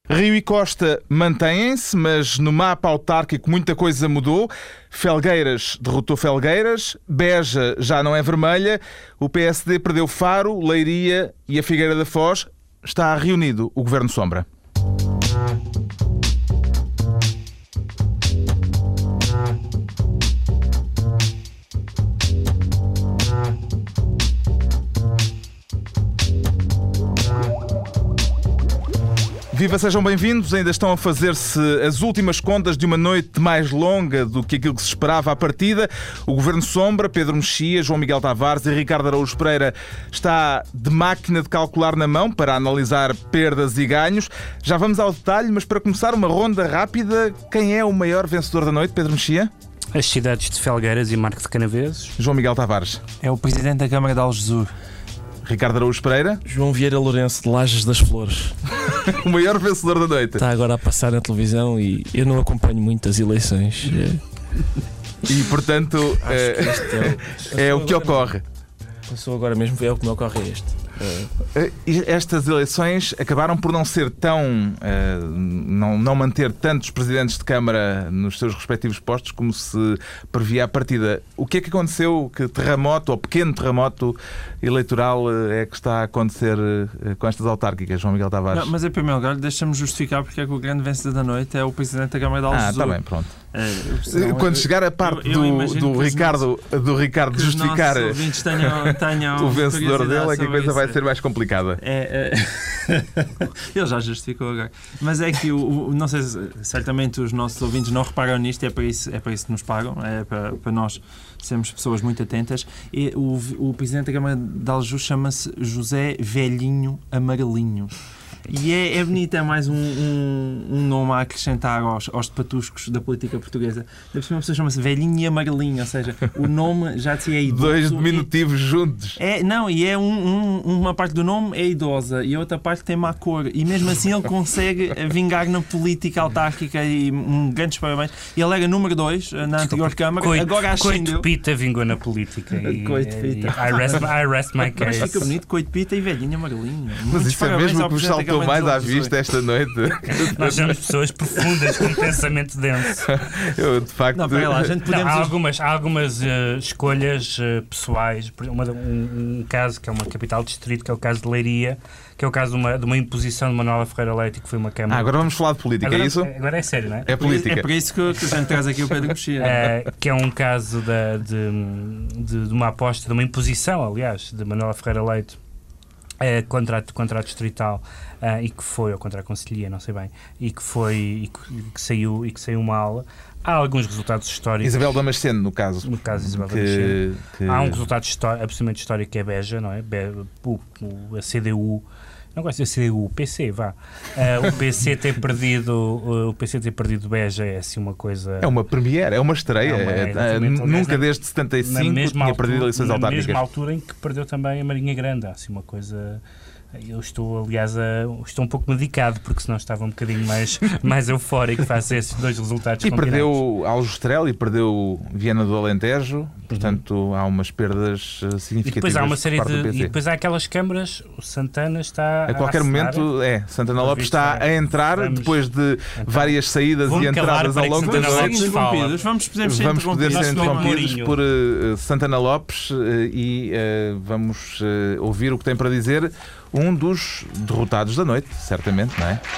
Rio e Costa mantêm-se, mas no mapa autárquico muita coisa mudou. Felgueiras derrotou Felgueiras, Beja já não é vermelha, o PSD perdeu Faro, Leiria e a Figueira da Foz. Está reunido o Governo Sombra. Viva, sejam bem-vindos. Ainda estão a fazer-se as últimas contas de uma noite mais longa do que aquilo que se esperava à partida. O Governo Sombra, Pedro Mexia, João Miguel Tavares e Ricardo Araújo Pereira está de máquina de calcular na mão para analisar perdas e ganhos. Já vamos ao detalhe, mas para começar uma ronda rápida, quem é o maior vencedor da noite, Pedro Mexia? As cidades de Felgueiras e Marco de Canaveses. João Miguel Tavares. É o Presidente da Câmara de Algesur. Ricardo Araújo Pereira. João Vieira Lourenço de Lajes das Flores. O maior vencedor da noite. Está agora a passar na televisão e eu não acompanho muito as eleições. E portanto é o que ocorre. Passou agora mesmo, é o que me ocorre este. Estas eleições acabaram por não ser tão... não manter tantos presidentes de Câmara nos seus respectivos postos como se previa à partida. O que é que aconteceu? Que terremoto, ou pequeno terremoto eleitoral é que está a acontecer com estas autárquicas, João Miguel Tavares? Não, mas em primeiro lugar, deixa-me justificar porque é que o grande vencedor da noite é o Presidente da Câmara de Algesur. Está bem, pronto. Quando chegar a parte do Ricardo justificar tenham o vencedor dele, é que a coisa vai ser mais complicada. Ele já justificou agora. Mas é que, não sei se certamente os nossos ouvintes não reparam nisto, é para isso que nos pagam, é para nós sermos pessoas muito atentas. E o Presidente da Câmara de Algesur chama-se José Velhinho Amarelinho. E é bonito, é mais um nome a acrescentar aos patuscos da política portuguesa. Deve ser uma pessoa que chama-se Velhinho e Amarelinho, ou seja, o nome já de si é idoso. Dois diminutivos juntos. Uma parte do nome é idosa e a outra parte tem má cor. E mesmo assim ele consegue vingar na política autárquica e grandes parabéns. Ele era número 2 na anterior Câmara, agora ascendeu. Coito Pita vingou na política. Coito Pita. I rest my case. Mas fica bonito, Coito Pita e Velhinho Amarelinho. Mas isso é mesmo que vos saltou mais à vista esta noite. Nós somos pessoas profundas com pensamento denso. Eu, de facto... Há algumas escolhas pessoais. Um caso que é uma capital distrito, que é o caso de Leiria, que é o caso de uma imposição de Manuela Ferreira Leite, que foi uma Câmara... agora vamos falar de política, agora, é isso? Agora é sério, não é? É política. É por isso que a gente traz aqui o Pedro Mexia. Que é um caso de uma aposta, de uma imposição, aliás, de Manuela Ferreira Leite contra a distrital e que foi, ou contra a conselhia, não sei bem, e que saiu mal. Há alguns resultados históricos. Isabel Damasceno, no caso. No caso de Isabel Damasceno. Há um resultado absolutamente histórico que é Beja, não é? A CDU... Não gosto da CDU, o PC, vá. O PC ter perdido Beja é assim uma coisa... É uma premiere, é uma estreia. Nunca desde 75 tinha perdido eleições autárquicas. Na mesma altura em que perdeu também a Marinha Grande. Há assim uma coisa... Eu estou, aliás, estou um pouco medicado, porque senão estava um bocadinho mais eufórico face a esses dois resultados. E perdeu Aljustrel e perdeu Viana do Alentejo, portanto há umas perdas significativas. E depois há uma série e depois há aquelas câmaras, o Santana está a qualquer momento, Santana Lopes está a entrar, depois de várias saídas e entradas ao longo da noite. Vamos poder ser interrompidos por Santana Lopes e vamos ouvir o que tem para dizer um dos derrotados da noite, certamente, não é?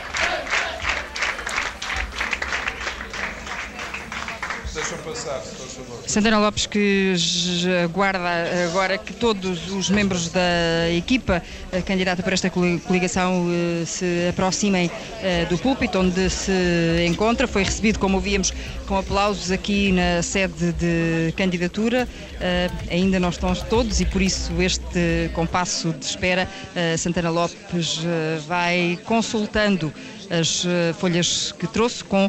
Santana Lopes, que aguarda agora que todos os membros da equipa candidata para esta coligação se aproximem do púlpito onde se encontra. Foi recebido, como ouvíamos, com aplausos aqui na sede de candidatura. Ainda não estão todos e por isso este compasso de espera. Santana Lopes vai consultando as folhas que trouxe com,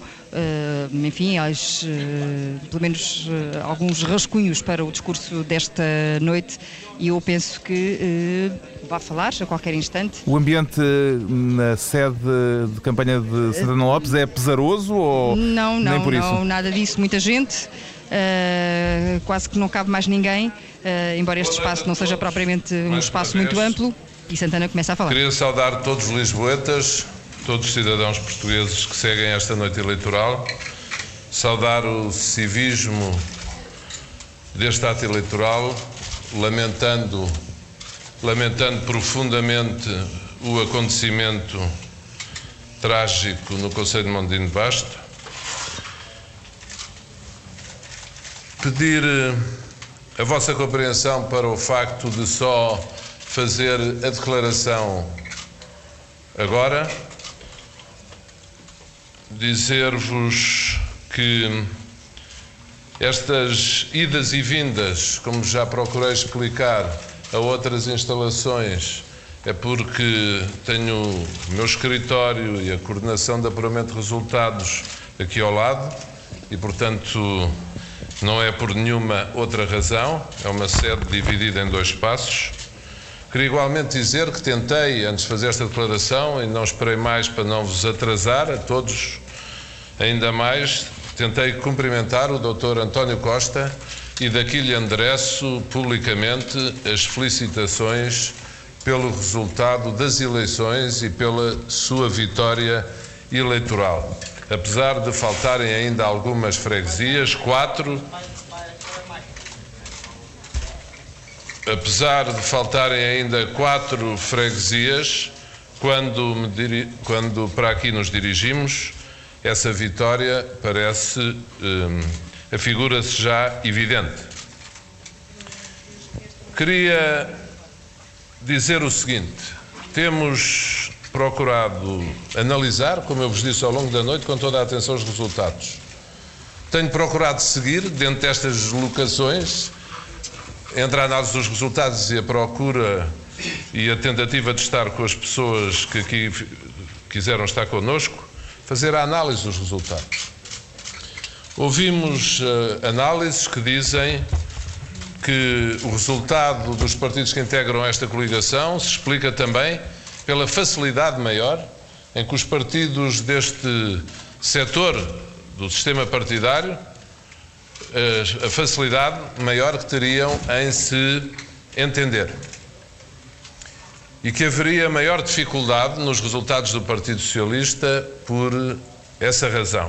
pelo menos alguns rascunhos para o discurso desta noite, e eu penso que vai falar a qualquer instante. O ambiente na sede de campanha de Santana Lopes é pesaroso ou nem por isso? Não, nada disso, muita gente, quase que não cabe mais ninguém, embora este espaço não seja propriamente um espaço muito amplo, e Santana começa a falar. Queria saudar todos os lisboetas todos os cidadãos portugueses que seguem esta noite eleitoral, saudar o civismo deste ato eleitoral, lamentando profundamente o acontecimento trágico no concelho de Mondinho de Basto, pedir a vossa compreensão para o facto de só fazer a declaração agora, dizer-vos que estas idas e vindas, como já procurei explicar, a outras instalações, é porque tenho o meu escritório e a coordenação de apuramento de resultados aqui ao lado e, portanto, não é por nenhuma outra razão, é uma sede dividida em 2 espaços. Queria igualmente dizer que tentei, antes de fazer esta declaração, e não esperei mais para não vos atrasar, a todos ainda mais, tentei cumprimentar o Dr. António Costa e daqui lhe endereço publicamente as felicitações pelo resultado das eleições e pela sua vitória eleitoral. Apesar de faltarem ainda algumas freguesias, 4... Apesar de faltarem ainda 4 freguesias, quando para aqui nos dirigimos, essa vitória parece, afigura-se já evidente. Queria dizer o seguinte: temos procurado analisar, como eu vos disse ao longo da noite, com toda a atenção os resultados. Tenho procurado seguir, dentro destas deslocações, entre a análise dos resultados e a procura e a tentativa de estar com as pessoas que aqui quiseram estar connosco, fazer a análise dos resultados. Ouvimos análises que dizem que o resultado dos partidos que integram esta coligação se explica também pela facilidade maior em que os partidos deste setor do sistema partidário, a facilidade maior que teriam em se entender e que haveria maior dificuldade nos resultados do Partido Socialista por essa razão.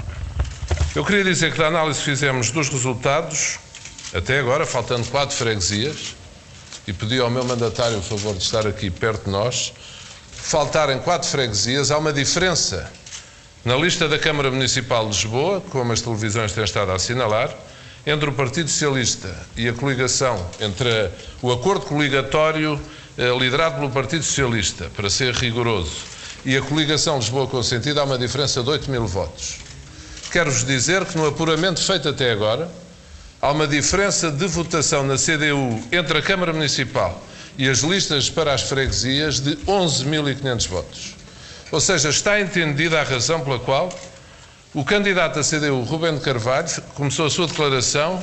Eu queria dizer que da análise que fizemos dos resultados, até agora, faltando 4 freguesias, e pedi ao meu mandatário o favor de estar aqui perto de nós, faltarem 4 freguesias, há uma diferença na lista da Câmara Municipal de Lisboa, como as televisões têm estado a assinalar, entre o Partido Socialista e a coligação, entre o acordo coligatório liderado pelo Partido Socialista, para ser rigoroso, e a coligação Lisboa Consentida, há uma diferença de 8.000 votos. Quero-vos dizer que no apuramento feito até agora, há uma diferença de votação na CDU entre a Câmara Municipal e as listas para as freguesias de 11.500 votos. Ou seja, está entendida a razão pela qual o candidato da CDU, Rubén de Carvalho, começou a sua declaração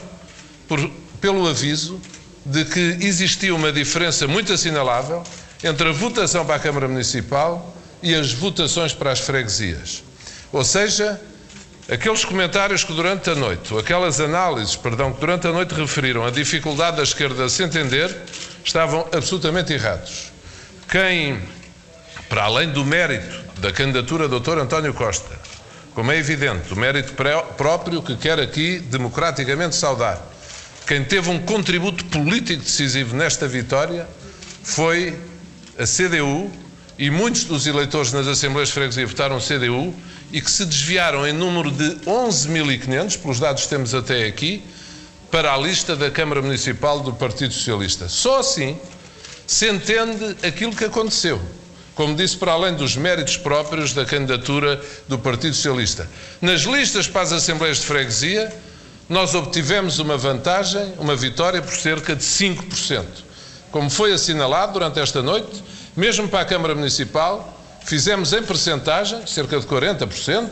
pelo aviso de que existia uma diferença muito assinalável entre a votação para a Câmara Municipal e as votações para as freguesias. Ou seja, aqueles comentários que durante a noite, ou aquelas análises, que durante a noite referiram a dificuldade da esquerda de se entender, estavam absolutamente errados. Quem, para além do mérito da candidatura do Dr. António Costa, como é evidente, o mérito próprio que quer aqui democraticamente saudar, quem teve um contributo político decisivo nesta vitória foi a CDU, e muitos dos eleitores nas Assembleias de Freguesia votaram CDU e que se desviaram em número de 11.500, pelos dados que temos até aqui, para a lista da Câmara Municipal do Partido Socialista. Só assim se entende aquilo que aconteceu. Como disse, para além dos méritos próprios da candidatura do Partido Socialista. Nas listas para as Assembleias de Freguesia, nós obtivemos uma vantagem, uma vitória por cerca de 5%. Como foi assinalado durante esta noite, mesmo para a Câmara Municipal, fizemos em percentagem, cerca de 40%,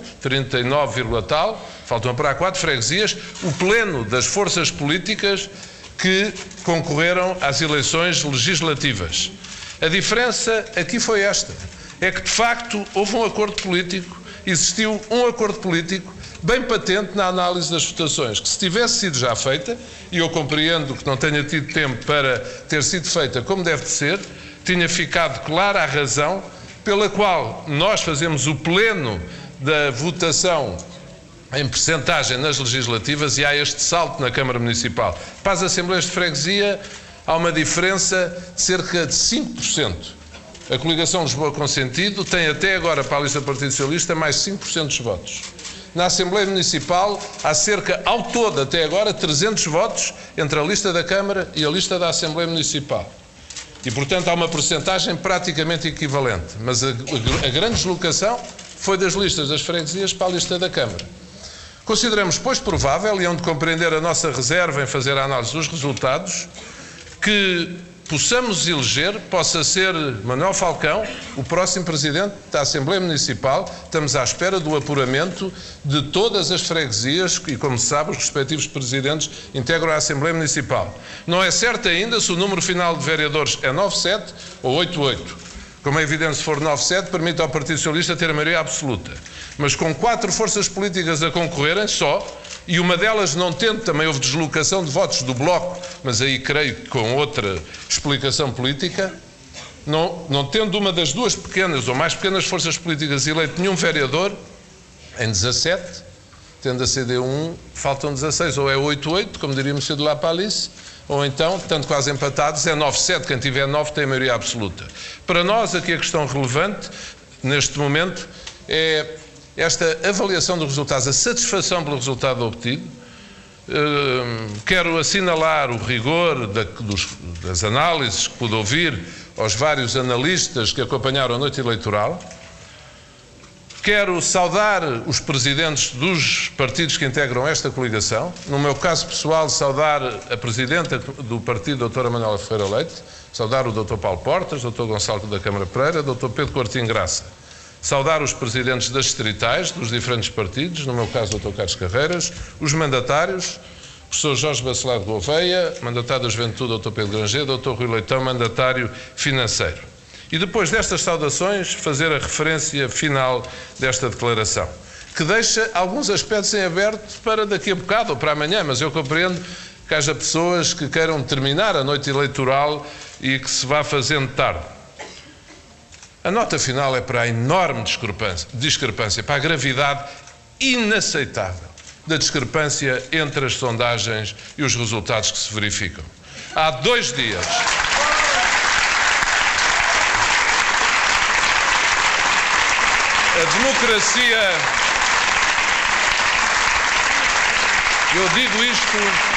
39, tal, faltam para 4 freguesias, o pleno das forças políticas que concorreram às eleições legislativas. A diferença aqui foi esta, é que de facto houve um acordo político, existiu um acordo político bem patente na análise das votações, que se tivesse sido já feita, e eu compreendo que não tenha tido tempo para ter sido feita como deve de ser, tinha ficado clara a razão pela qual nós fazemos o pleno da votação em percentagem nas legislativas e há este salto na Câmara Municipal. Para as Assembleias de Freguesia há uma diferença de cerca de 5%. A coligação Lisboa com Sentido tem até agora para a lista do Partido Socialista mais 5% dos votos. Na Assembleia Municipal há cerca, ao todo, até agora, 300 votos entre a lista da Câmara e a lista da Assembleia Municipal. E, portanto, há uma percentagem praticamente equivalente. Mas a grande deslocação foi das listas das freguesias para a lista da Câmara. Consideramos, pois, provável, e onde compreender a nossa reserva em fazer a análise dos resultados, que possamos eleger, possa ser Manuel Falcão, o próximo Presidente da Assembleia Municipal. Estamos à espera do apuramento de todas as freguesias e, como se sabe, os respectivos Presidentes integram a Assembleia Municipal. Não é certo ainda se o número final de vereadores é 97 ou 88. Como é evidente, se for 97, permite ao Partido Socialista ter a maioria absoluta. Mas com 4 forças políticas a concorrerem só, e uma delas não tendo, também houve deslocação de votos do Bloco, mas aí creio que com outra explicação política, não tendo uma das duas pequenas ou mais pequenas forças políticas eleito nenhum vereador, em 17, tendo a CD1, faltam 16, ou é 8-8, como diríamos ser de lá para Alice, ou então, tanto quase empatados, é 9-7, quem tiver 9 tem a maioria absoluta. Para nós, aqui a questão relevante, neste momento, é esta avaliação dos resultados, a satisfação pelo resultado obtido. Quero assinalar o rigor das análises que pude ouvir aos vários analistas que acompanharam a noite eleitoral. Quero saudar os presidentes dos partidos que integram esta coligação. No meu caso pessoal, saudar a presidenta do partido, doutora Manuela Ferreira Leite, saudar o doutor Paulo Portas, doutor Gonçalo da Câmara Pereira, doutor Pedro Coutinho Graça. Saudar os presidentes das distritais, dos diferentes partidos, no meu caso, o Dr. Carlos Carreiras, os mandatários, o Sr. Jorge Bacelar de Gouveia, mandatário da Juventude, Dr. Pedro Granger, Dr. Rui Leitão, mandatário financeiro. E depois destas saudações, fazer a referência final desta declaração, que deixa alguns aspectos em aberto para daqui a bocado ou para amanhã, mas eu compreendo que haja pessoas que queiram terminar a noite eleitoral e que se vá fazendo tarde. A nota final é para a enorme discrepância, para a gravidade inaceitável da discrepância entre as sondagens e os resultados que se verificam. Há 2 dias... A democracia... Eu digo isto...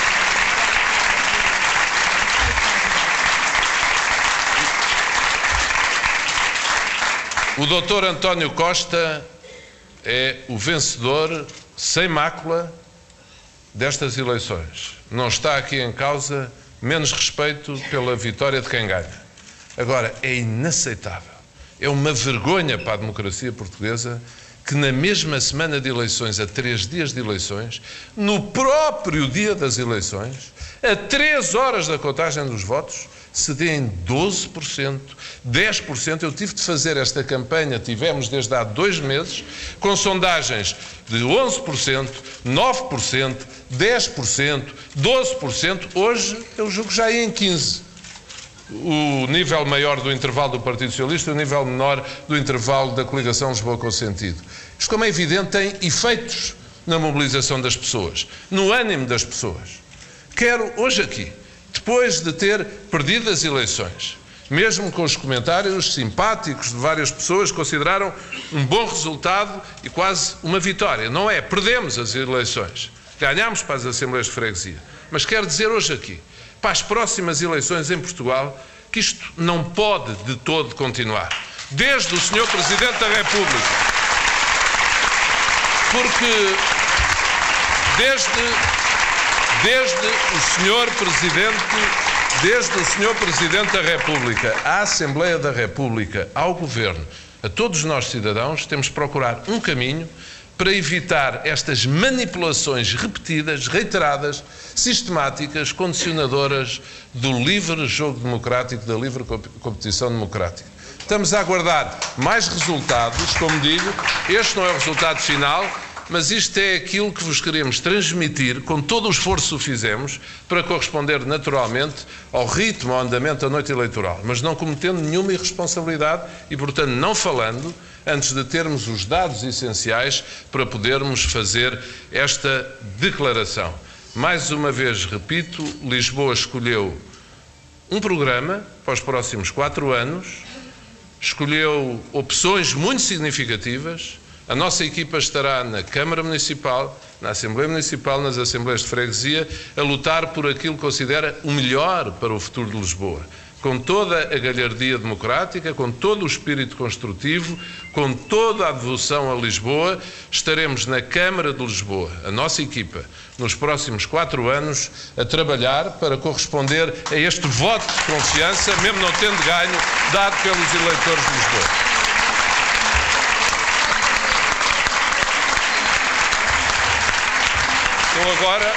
O Dr. António Costa é o vencedor, sem mácula, destas eleições. Não está aqui em causa menos respeito pela vitória de quem ganha. Agora, é inaceitável, é uma vergonha para a democracia portuguesa que na mesma semana de eleições, a 3 dias de eleições, no próprio dia das eleições, a 3 horas da contagem dos votos, se dê em 12%, 10%. Eu tive de fazer esta campanha, tivemos desde há 2 meses, com sondagens de 11%, 9%, 10%, 12%. Hoje, eu julgo já em 15%. O nível maior do intervalo do Partido Socialista e o nível menor do intervalo da coligação Lisboa com Sentido. Isto, como é evidente, tem efeitos na mobilização das pessoas, no ânimo das pessoas. Quero hoje aqui, depois de ter perdido as eleições, mesmo com os comentários simpáticos de várias pessoas que consideraram um bom resultado e quase uma vitória. Não é, perdemos as eleições, ganhámos para as Assembleias de Freguesia. Mas quero dizer hoje aqui, para as próximas eleições em Portugal, que isto não pode de todo continuar. Desde o Sr. Presidente da República, porque desde o Sr. Presidente da República, à Assembleia da República, ao Governo, a todos nós cidadãos, temos de procurar um caminho para evitar estas manipulações repetidas, reiteradas, sistemáticas, condicionadoras do livre jogo democrático, da livre competição democrática. Estamos a aguardar mais resultados, como digo, este não é o resultado final, mas isto é aquilo que vos queremos transmitir com todo o esforço que fizemos para corresponder naturalmente ao ritmo, ao andamento da noite eleitoral, mas não cometendo nenhuma irresponsabilidade e, portanto, não falando antes de termos os dados essenciais para podermos fazer esta declaração. Mais uma vez, repito, Lisboa escolheu um programa para os próximos 4 anos, escolheu opções muito significativas. A nossa equipa estará na Câmara Municipal, na Assembleia Municipal, nas Assembleias de Freguesia, a lutar por aquilo que considera o melhor para o futuro de Lisboa. Com toda a galhardia democrática, com todo o espírito construtivo, com toda a devoção a Lisboa, estaremos na Câmara de Lisboa, a nossa equipa, nos próximos 4 anos, a trabalhar para corresponder a este voto de confiança, mesmo não tendo ganho, dado pelos eleitores de Lisboa. Então agora...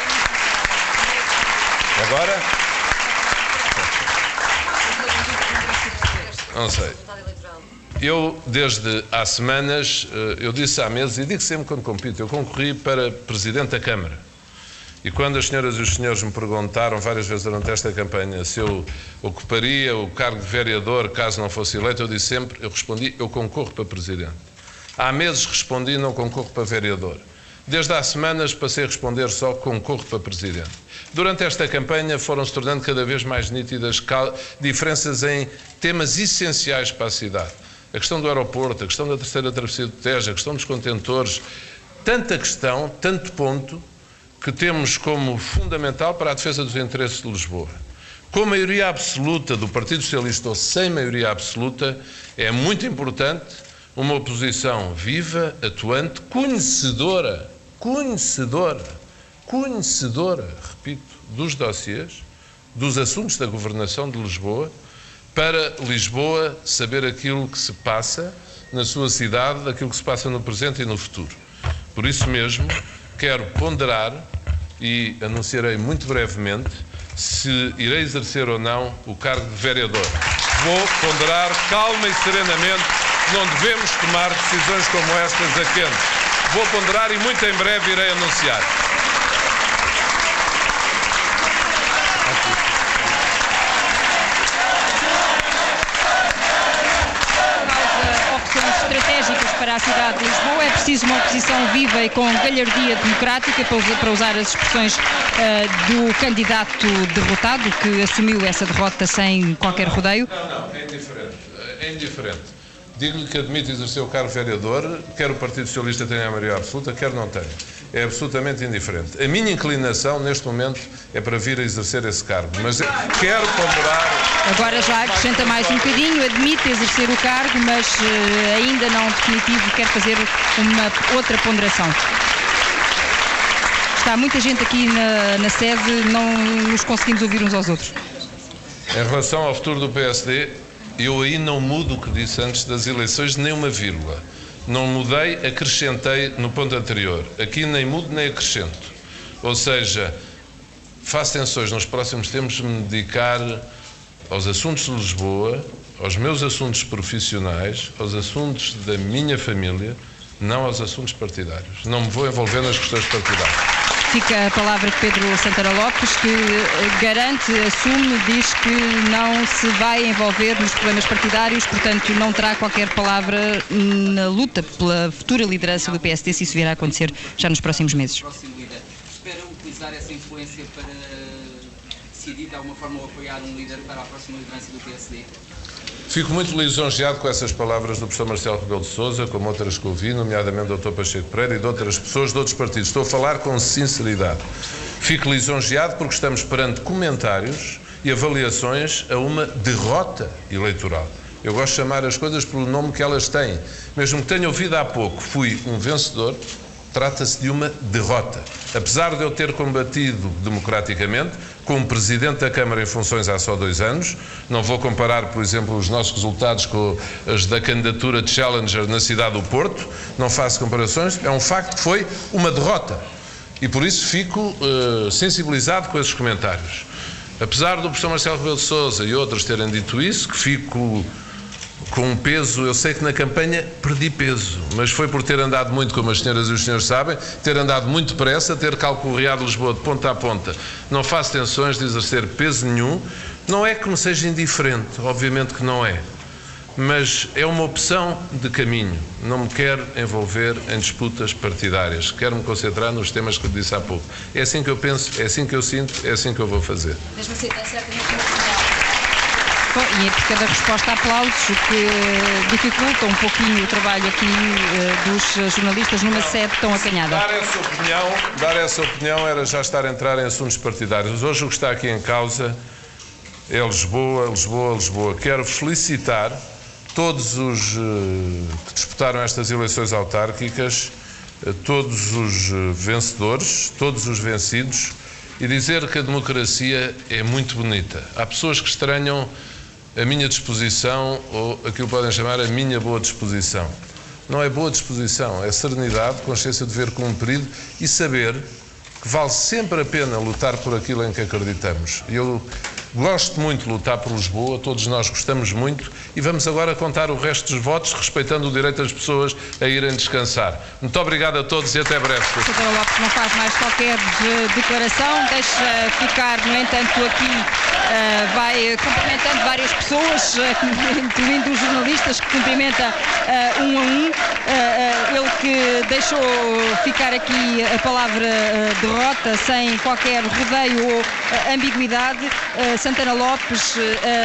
Não sei. Eu, desde há semanas, eu disse há meses, e digo sempre quando compito, eu concorri para Presidente da Câmara. E quando as senhoras e os senhores me perguntaram várias vezes durante esta campanha se eu ocuparia o cargo de vereador caso não fosse eleito, eu respondi, eu concorro para Presidente. Há meses respondi, não concorro para vereador. Desde há semanas passei a responder só concorro para Presidente. Durante esta campanha foram-se tornando cada vez mais nítidas diferenças em temas essenciais para a cidade. A questão do aeroporto, a questão da terceira travessia do Tejo, a questão dos contentores. Tanta questão, tanto ponto, que temos como fundamental para a defesa dos interesses de Lisboa. Com a maioria absoluta do Partido Socialista ou sem maioria absoluta, é muito importante uma oposição viva, atuante, conhecedora, repito, dos dossiês, dos assuntos da governação de Lisboa, para Lisboa saber aquilo que se passa na sua cidade, aquilo que se passa no presente e no futuro. Por isso mesmo, quero ponderar e anunciarei muito brevemente se irei exercer ou não o cargo de vereador. Vou ponderar calma e serenamente, não devemos tomar decisões como estas a quente. Vou ponderar e muito em breve irei anunciar. Estratégicas para a cidade de Lisboa, é preciso uma oposição viva e com galhardia democrática, para usar as expressões do candidato derrotado, que assumiu essa derrota sem qualquer rodeio. Não, é indiferente. Digo-lhe que admito exercer o cargo de vereador, quer o Partido Socialista tenha a maioria absoluta, quer não tenha. É absolutamente indiferente. A minha inclinação, neste momento, é para vir a exercer esse cargo. Mas quero ponderar... Agora já acrescenta mais um bocadinho, admite exercer o cargo, mas ainda não definitivo, quer fazer uma outra ponderação. Está muita gente aqui na sede, não nos conseguimos ouvir uns aos outros. Em relação ao futuro do PSD, eu aí não mudo o que disse antes das eleições, nem uma vírgula. Não mudei, acrescentei no ponto anterior. Aqui nem mudo nem acrescento. Ou seja, faço tensões nos próximos tempos de me dedicar aos assuntos de Lisboa, aos meus assuntos profissionais, aos assuntos da minha família, não aos assuntos partidários. Não me vou envolver nas questões partidárias. Fica a palavra de Pedro Santana Lopes, que garante, assume, diz que não se vai envolver nos problemas partidários, portanto não terá qualquer palavra na luta pela futura liderança do PSD, se isso vier a acontecer já nos próximos meses. Espera utilizar essa influência para decidir de alguma forma ou apoiar um líder para a próxima liderança do PSD? Fico muito lisonjeado com essas palavras do professor Marcelo Rebelo de Sousa, como outras que ouvi, nomeadamente do Dr. Pacheco Pereira e de outras pessoas de outros partidos. Estou a falar com sinceridade. Fico lisonjeado porque estamos perante comentários e avaliações a uma derrota eleitoral. Eu gosto de chamar as coisas pelo nome que elas têm. Mesmo que tenha ouvido há pouco, fui um vencedor, trata-se de uma derrota. Apesar de eu ter combatido democraticamente, como Presidente da Câmara em funções há só 2 anos, não vou comparar, por exemplo, os nossos resultados com os da candidatura de Challenger na cidade do Porto, não faço comparações, é um facto que foi uma derrota. E por isso fico sensibilizado com esses comentários. Apesar do professor Marcelo Rebelo de Sousa e outros terem dito isso, que fico com um peso. Eu sei que na campanha perdi peso, mas foi por ter andado muito, como as senhoras e os senhores sabem, ter andado muito depressa, ter calcorreado Lisboa de ponta a ponta. Não faço tensões de exercer peso nenhum. Não é que me seja indiferente, obviamente que não é, mas é uma opção de caminho. Não me quero envolver em disputas partidárias. Quero me concentrar nos temas que eu disse há pouco. É assim que eu penso, é assim que eu sinto, é assim que eu vou fazer. Bom, e por cada resposta a aplausos, o que dificulta um pouquinho o trabalho aqui dos jornalistas numa sede tão acanhada. Dar essa opinião era já estar a entrar em assuntos partidários. Hoje o que está aqui em causa é Lisboa, Lisboa, Lisboa. Quero felicitar todos os que disputaram estas eleições autárquicas, todos os vencedores, todos os vencidos, e dizer que a democracia é muito bonita. Há pessoas que estranham a minha disposição, ou aquilo que podem chamar a minha boa disposição. Não é boa disposição, é serenidade, consciência de dever cumprido e saber que vale sempre a pena lutar por aquilo em que acreditamos. Eu gosto muito de lutar por Lisboa, todos nós gostamos muito, e vamos agora contar o resto dos votos, respeitando o direito das pessoas a irem descansar. Muito obrigado a todos e até breve. Santana Lopes não faz mais qualquer declaração, deixa ficar, no entanto, aqui vai cumprimentando várias pessoas, incluindo os jornalistas, que cumprimenta um a um. Ele que deixou ficar aqui a palavra derrota, sem qualquer rodeio ou ambiguidade. Santana Lopes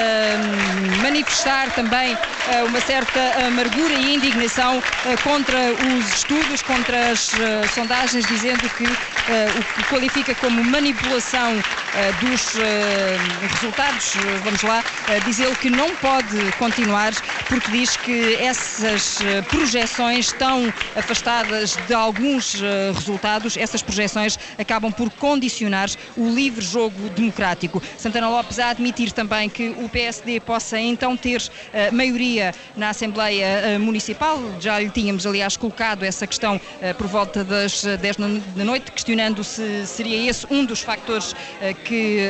manifestar também uma certa amargura e indignação contra os estudos, contra as sondagens, dizendo que o que qualifica como manipulação dos resultados. Vamos lá, diz ele que não pode continuar porque diz que essas projeções estão afastadas de alguns resultados. Essas projeções acabam por condicionar o livre jogo democrático. Santana Lopes a admitir também que o PSD possa então ter maioria na Assembleia Municipal. Já lhe tínhamos, aliás, colocado essa questão por volta das 10 da noite, questionando se seria esse um dos fatores que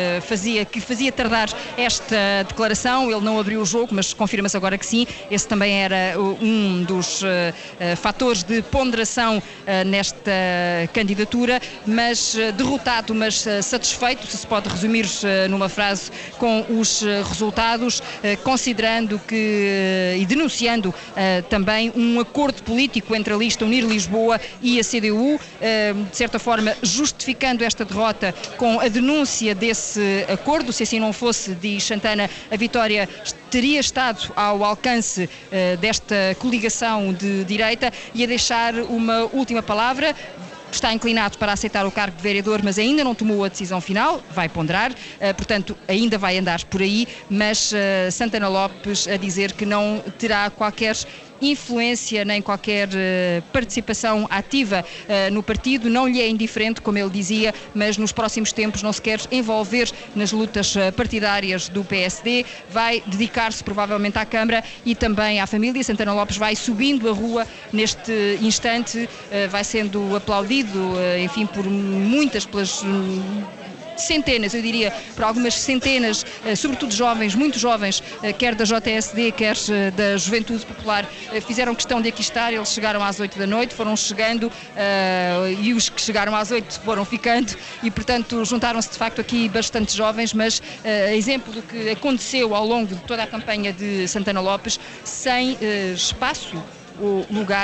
fazia tardar esta declaração. Ele não abriu o jogo, mas confirma-se agora que sim. Esse também era um dos fatores de ponderação nesta candidatura, mas derrotado, mas satisfeito, se pode resumir numa frase, com os resultados, considerando que e denunciando também um acordo político entre a lista Unir Lisboa e a CDU, de certa forma justificando esta derrota com a denúncia desse acordo. Se assim não fosse, diz Santana, a vitória teria estado ao alcance desta coligação de direita, e a deixar uma última palavra. Está inclinado para aceitar o cargo de vereador, mas ainda não tomou a decisão final, vai ponderar, portanto ainda vai andar por aí, mas Santana Lopes a dizer que não terá qualquer influência nem qualquer participação ativa no partido. Não lhe é indiferente, como ele dizia, mas nos próximos tempos não se quer envolver nas lutas partidárias do PSD. Vai dedicar-se provavelmente à Câmara e também à família. Santana Lopes vai subindo a rua neste instante, vai sendo aplaudido, enfim, por muitas, pelas centenas, eu diria, por algumas centenas, sobretudo jovens, muito jovens, quer da JSD, quer da Juventude Popular, fizeram questão de aqui estar. Eles chegaram às 8 da noite, foram chegando, e os que chegaram às 8 foram ficando, e portanto juntaram-se de facto aqui bastante jovens, mas exemplo do que aconteceu ao longo de toda a campanha de Santana Lopes, sem espaço ou lugar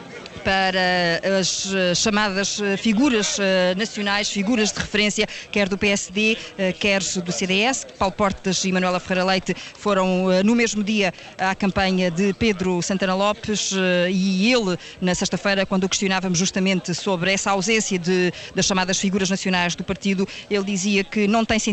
para as chamadas figuras nacionais, figuras de referência, quer do PSD, quer do CDS. Paulo Portas e Manuela Ferreira Leite foram no mesmo dia à campanha de Pedro Santana Lopes, e ele, na sexta-feira, quando o questionávamos justamente sobre essa ausência das chamadas figuras nacionais do partido, ele dizia que não tinha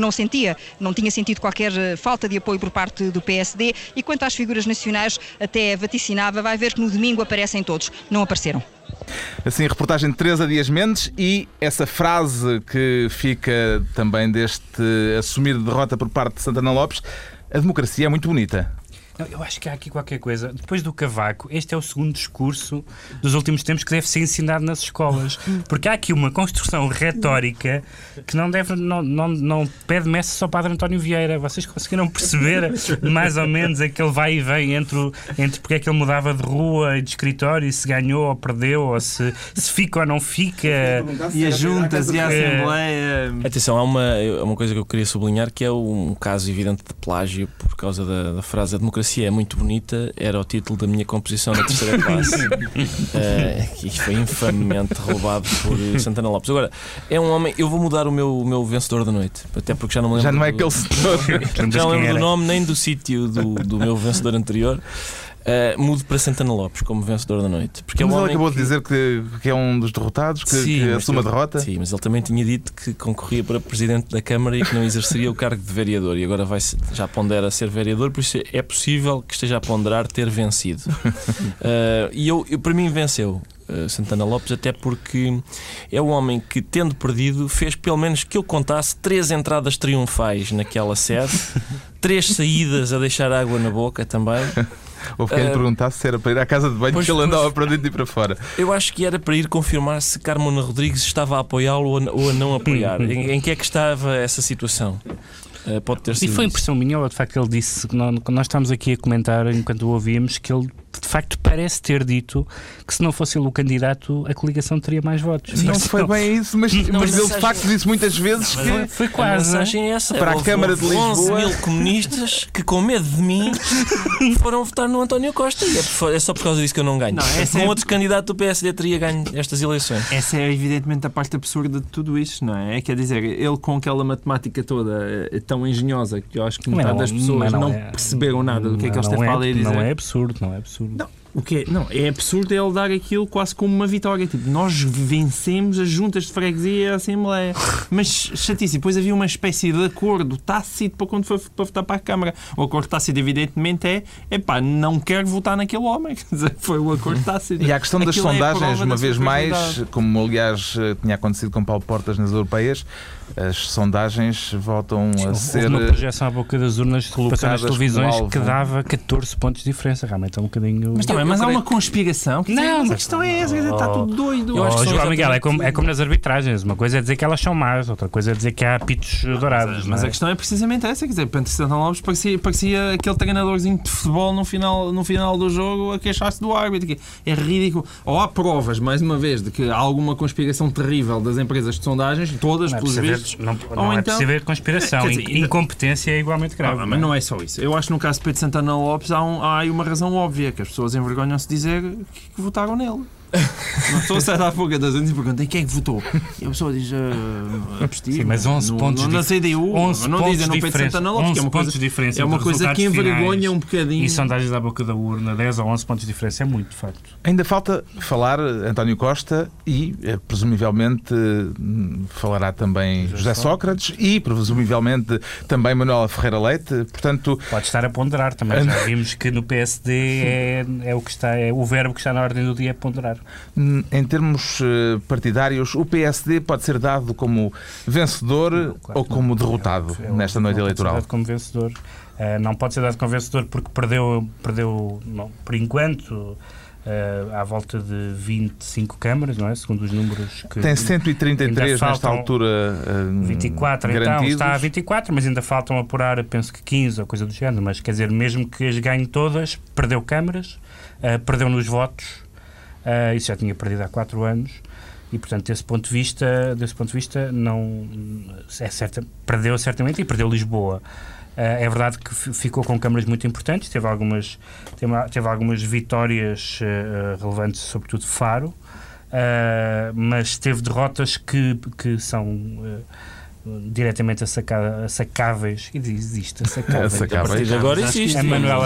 sentido qualquer falta de apoio por parte do PSD, e quanto às figuras nacionais, até vacicinava, vai ver que no domingo aparecem todos. Não apareceram. Assim, reportagem de Teresa Dias Mendes, e essa frase que fica também deste assumir de derrota por parte de Santana Lopes: a democracia é muito bonita. Eu acho que há aqui qualquer coisa. Depois do Cavaco, este é o segundo discurso dos últimos tempos que deve ser ensinado nas escolas. Porque há aqui uma construção retórica que não pede messa só Padre António Vieira. Vocês conseguiram perceber mais ou menos aquele vai e vem entre porque é que ele mudava de rua e de escritório e se ganhou ou perdeu, ou se fica ou não fica. E as juntas e a Assembleia. Atenção, há uma coisa que eu queria sublinhar, que é um caso evidente de plágio por causa da frase "a democracia é muito bonita", era o título da minha composição na terceira classe. Isto foi infamemente roubado por Santana Lopes. Agora, é um homem. Eu vou mudar o meu vencedor da noite, até porque já não me lembro. Já não é aquele senhor. Já não lembro do nome nem do sítio do meu vencedor anterior. Mudo para Santana Lopes como vencedor da noite. Porque mas ele acabou de dizer que é um dos derrotados, que assume a derrota. Sim, mas ele também tinha dito que concorria para Presidente da Câmara e que não exerceria o cargo de vereador. E agora já pondera ser vereador, por isso é possível que esteja a ponderar ter vencido. E para mim venceu Santana Lopes, até porque é o homem que, tendo perdido, fez pelo menos que eu contasse 3 entradas triunfais naquela sede, 3 saídas a deixar água na boca também. Houve quem lhe perguntasse se era para ir à casa de banho, que ele andava para dentro e para fora. Eu acho que era para ir confirmar se Carmona Rodrigues estava a apoiá-lo ou a não apoiar. Em que é que estava essa situação? Pode ter sido. E foi impressão minha, ou de facto ele disse, quando nós estávamos aqui a comentar enquanto o ouvíamos, que ele de facto parece ter dito que se não fosse ele o candidato, a coligação teria mais votos. Não foi bem isso, mas ele de facto disse muitas vezes que foi quase. A mensagem é essa. Para a Câmara de Lisboa, 11.000 comunistas que, com medo de mim, foram votar no António Costa. E é só por causa disso que eu não ganho. Com outro candidato do PSD teria ganho estas eleições. Essa é evidentemente a parte absurda de tudo isto, não é? Quer dizer, ele com aquela matemática toda tão engenhosa que eu acho que metade das pessoas não perceberam nada do que é que ele esteve a dizer. Não é absurdo. Não. O que é absurdo é ele dar aquilo quase como uma vitória. Tipo, nós vencemos as juntas de freguesia e a Assembleia. Mas, chatíssimo, depois havia uma espécie de acordo tácito para quando foi para votar para a Câmara. O acordo tácito, evidentemente, não quero votar naquele homem. Quer dizer, foi o acordo tácito. E a questão das sondagens, uma vez mais, como aliás tinha acontecido com Paulo Portas nas europeias, as sondagens voltam a ser. Houve uma projeção à boca das urnas passou nas televisões que dava 14 pontos de diferença. Realmente é um bocadinho. Mas há uma conspiração. Não, mas a questão é essa, está tudo doido. João Miguel, é como nas arbitragens. Uma coisa é dizer que elas são más, outra coisa é dizer que há apitos dourados. Mas a questão é precisamente essa. Quer dizer, Pedro Santana Lopes parecia aquele treinadorzinho de futebol no final do jogo a queixar-se do árbitro. É ridículo. Ou há provas, mais uma vez, de que há alguma conspiração terrível das empresas de sondagens, todas, pelos vistos. Não é preciso haver conspiração. Incompetência é igualmente grave. Mas não é só isso. Eu acho que no caso de Pedro Santana Lopes há aí uma razão óbvia, que as pessoas envergonham-se de dizer que votaram nele. Uma pessoa sai da boca das urnas e pergunta: quem é que votou? E a pessoa diz: abstive. Mas 11 pontos na CDU, não dizem no Pedro Santana Lopes, que é uma coisa que envergonha um bocadinho. E sondagens à boca da urna, 10 ou 11 pontos de diferença, é muito, de facto. Ainda falta falar António Costa e, presumivelmente, falará também José Sócrates e, presumivelmente, também Manuela Ferreira Leite. Portanto, pode estar a ponderar também. Já vimos que no PSD é o que está, é o verbo que está na ordem do dia, é ponderar. Em termos partidários, o PSD pode ser dado como vencedor ou como derrotado nesta noite eleitoral? Pode ser dado como vencedor. Não pode ser dado como vencedor porque perdeu por enquanto, à volta de 25 câmaras, não é? Segundo os números que... Tem 133 nesta altura 24, garantidos. Então está a 24, mas ainda faltam apurar, penso que 15 ou coisa do género, mas quer dizer, mesmo que as ganhe todas, perdeu câmaras, perdeu nos votos. Isso já tinha perdido há 4 anos e, portanto, desse ponto de vista não perdeu certamente e perdeu Lisboa. É verdade que ficou com câmaras muito importantes, teve algumas vitórias relevantes, sobretudo Faro, mas teve derrotas que são diretamente sacáveis. E existe sacáveis. A partir de agora existe. A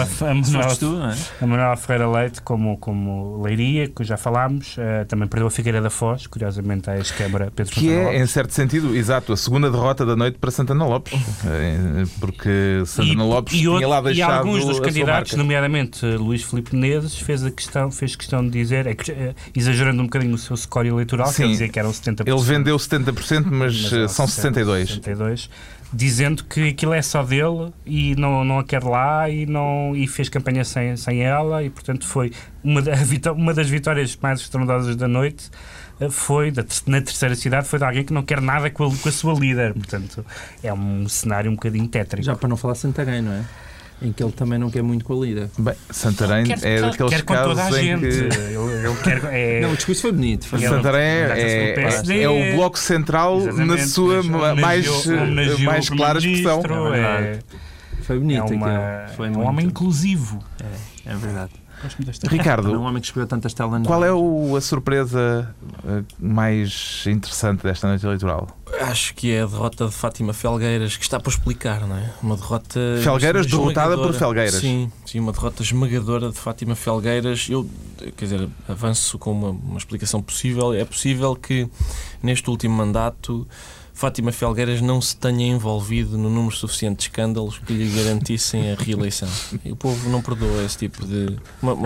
Manuela Ferreira Leite, como Leiria, que já falámos, também perdeu a Figueira da Foz, curiosamente à ex-Câmara Pedro Santana Lopes. Que é, em certo sentido, exato, a segunda derrota da noite para Santana Lopes. Porque Santana Lopes tinha lá deixado e alguns dos candidatos, nomeadamente Luís Filipe Menezes, fez questão de dizer, exagerando um bocadinho o seu score eleitoral, que ele dizia que eram 70%. Ele vendeu 70%, mas são 62%. dizendo que aquilo é só dele e não a quer lá e fez campanha sem ela, e portanto foi uma das vitórias mais estrondosas da noite. Foi na terceira cidade, foi de alguém que não quer nada com a sua líder. Portanto, é um cenário um bocadinho tétrico. Já para não falar Santarém, não é? Em que ele também não quer muito com a líder. Bem, Santarém é daqueles casos em que... Ele quer, Não, o discurso foi bonito. Santarém é o bloco central na sua mais clara expressão. Foi bonito. Foi um homem inclusivo. É verdade. Ricardo, um homem que escreveu tantas telas. Qual é a surpresa mais interessante desta noite eleitoral? Acho que é a derrota de Fátima Felgueiras, que está por explicar, não é? Uma derrota... Felgueiras derrotada por Felgueiras. Sim, uma derrota esmagadora de Fátima Felgueiras. Eu, quer dizer, avanço com uma explicação possível. É possível que neste último mandato Fátima Felgueiras não se tenha envolvido no número suficiente de escândalos que lhe garantissem a reeleição. E o povo não perdoa esse tipo de...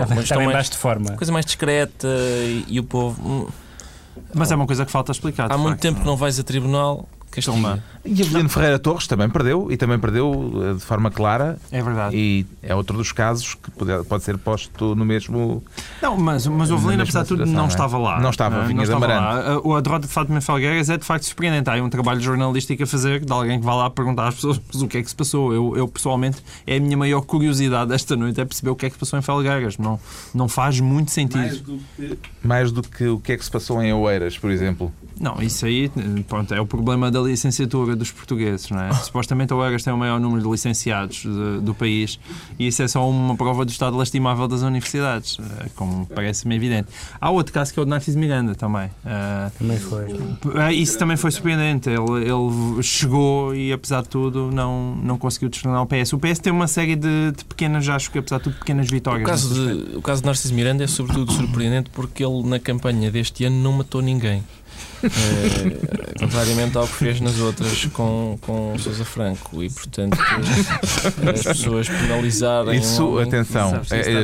coisa mais discreta e o povo... Mas é uma coisa que falta explicar. Há muito tempo que não vais a tribunal. E Avelino Ferreira Torres também perdeu, e também perdeu de forma clara. É verdade. E é outro dos casos que pode ser posto no mesmo... Não, mas o Avelino, apesar de tudo, não estava lá. Não estava, vinha de Amarante. A derrota de Fátima Felgueiras é de facto surpreendente. Há um trabalho jornalístico a fazer de alguém que vá lá perguntar às pessoas o que é que se passou. Eu pessoalmente, é a minha maior curiosidade esta noite, é perceber o que é que se passou em Felgueiras. Não faz muito sentido. Mais do que o que é que se passou em Oeiras, por exemplo. Não, isso aí, pronto, é o problema da licenciatura dos portugueses, não é? Supostamente Oeiras tem o maior número de licenciados do país, e isso é só uma prova do estado lastimável das universidades, como parece-me evidente. Há outro caso que é o de Narciso Miranda também. Também foi. Isso também foi surpreendente. Ele chegou e, apesar de tudo, não conseguiu destronar o PS. O PS tem uma série de pequenas, acho que apesar de tudo, pequenas vitórias. O caso de Narciso Miranda é sobretudo surpreendente porque ele, na campanha deste ano, não matou ninguém. Contrariamente ao que fez nas outras com Sousa Franco, e portanto as pessoas penalizarem isso, atenção,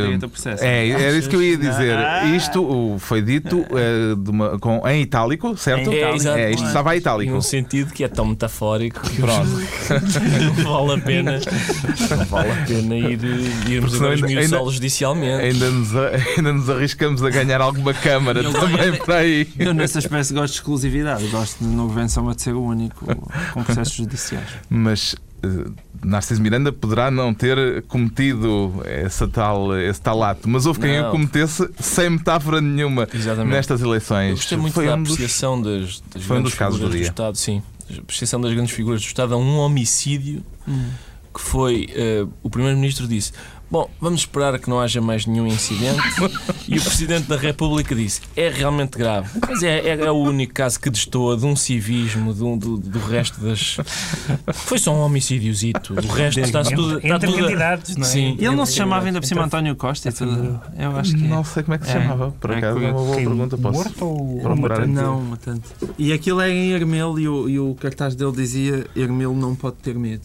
era isso que eu ia dizer. Isto foi dito em itálico, certo? Isto estava em itálico, num sentido que é tão metafórico que não vale a pena irmos agora esmiuçá-lo judicialmente. Ainda nos arriscamos a ganhar alguma câmara também para aí. Eu nessa espécie gosto de exclusividade. Gosto de no governo só de ser o único com processos judiciais. Mas Narciso Miranda poderá não ter cometido esse tal ato, mas houve quem o cometesse sem metáfora nenhuma. Exatamente. Nestas eleições. Eu gostei muito da apreciação das grandes casos figuras do Estado. Sim, a apreciação das grandes figuras do Estado a um homicídio que foi... o Primeiro-Ministro disse: bom, vamos esperar que não haja mais nenhum incidente. E o Presidente da República disse: é realmente grave, mas é o único caso que destoa de um civismo do resto das... Foi só um homicídiozito. O resto está tudo... Entre candidatos, não é? Sim. E ele não se chamava ainda por cima António Costa? Eu acho que... Não sei como é que se chamava. Por acaso é uma boa pergunta. Posso procurar? Não, matante. E aquilo era em Hermel e o cartaz dele dizia: Hermel não pode ter medo.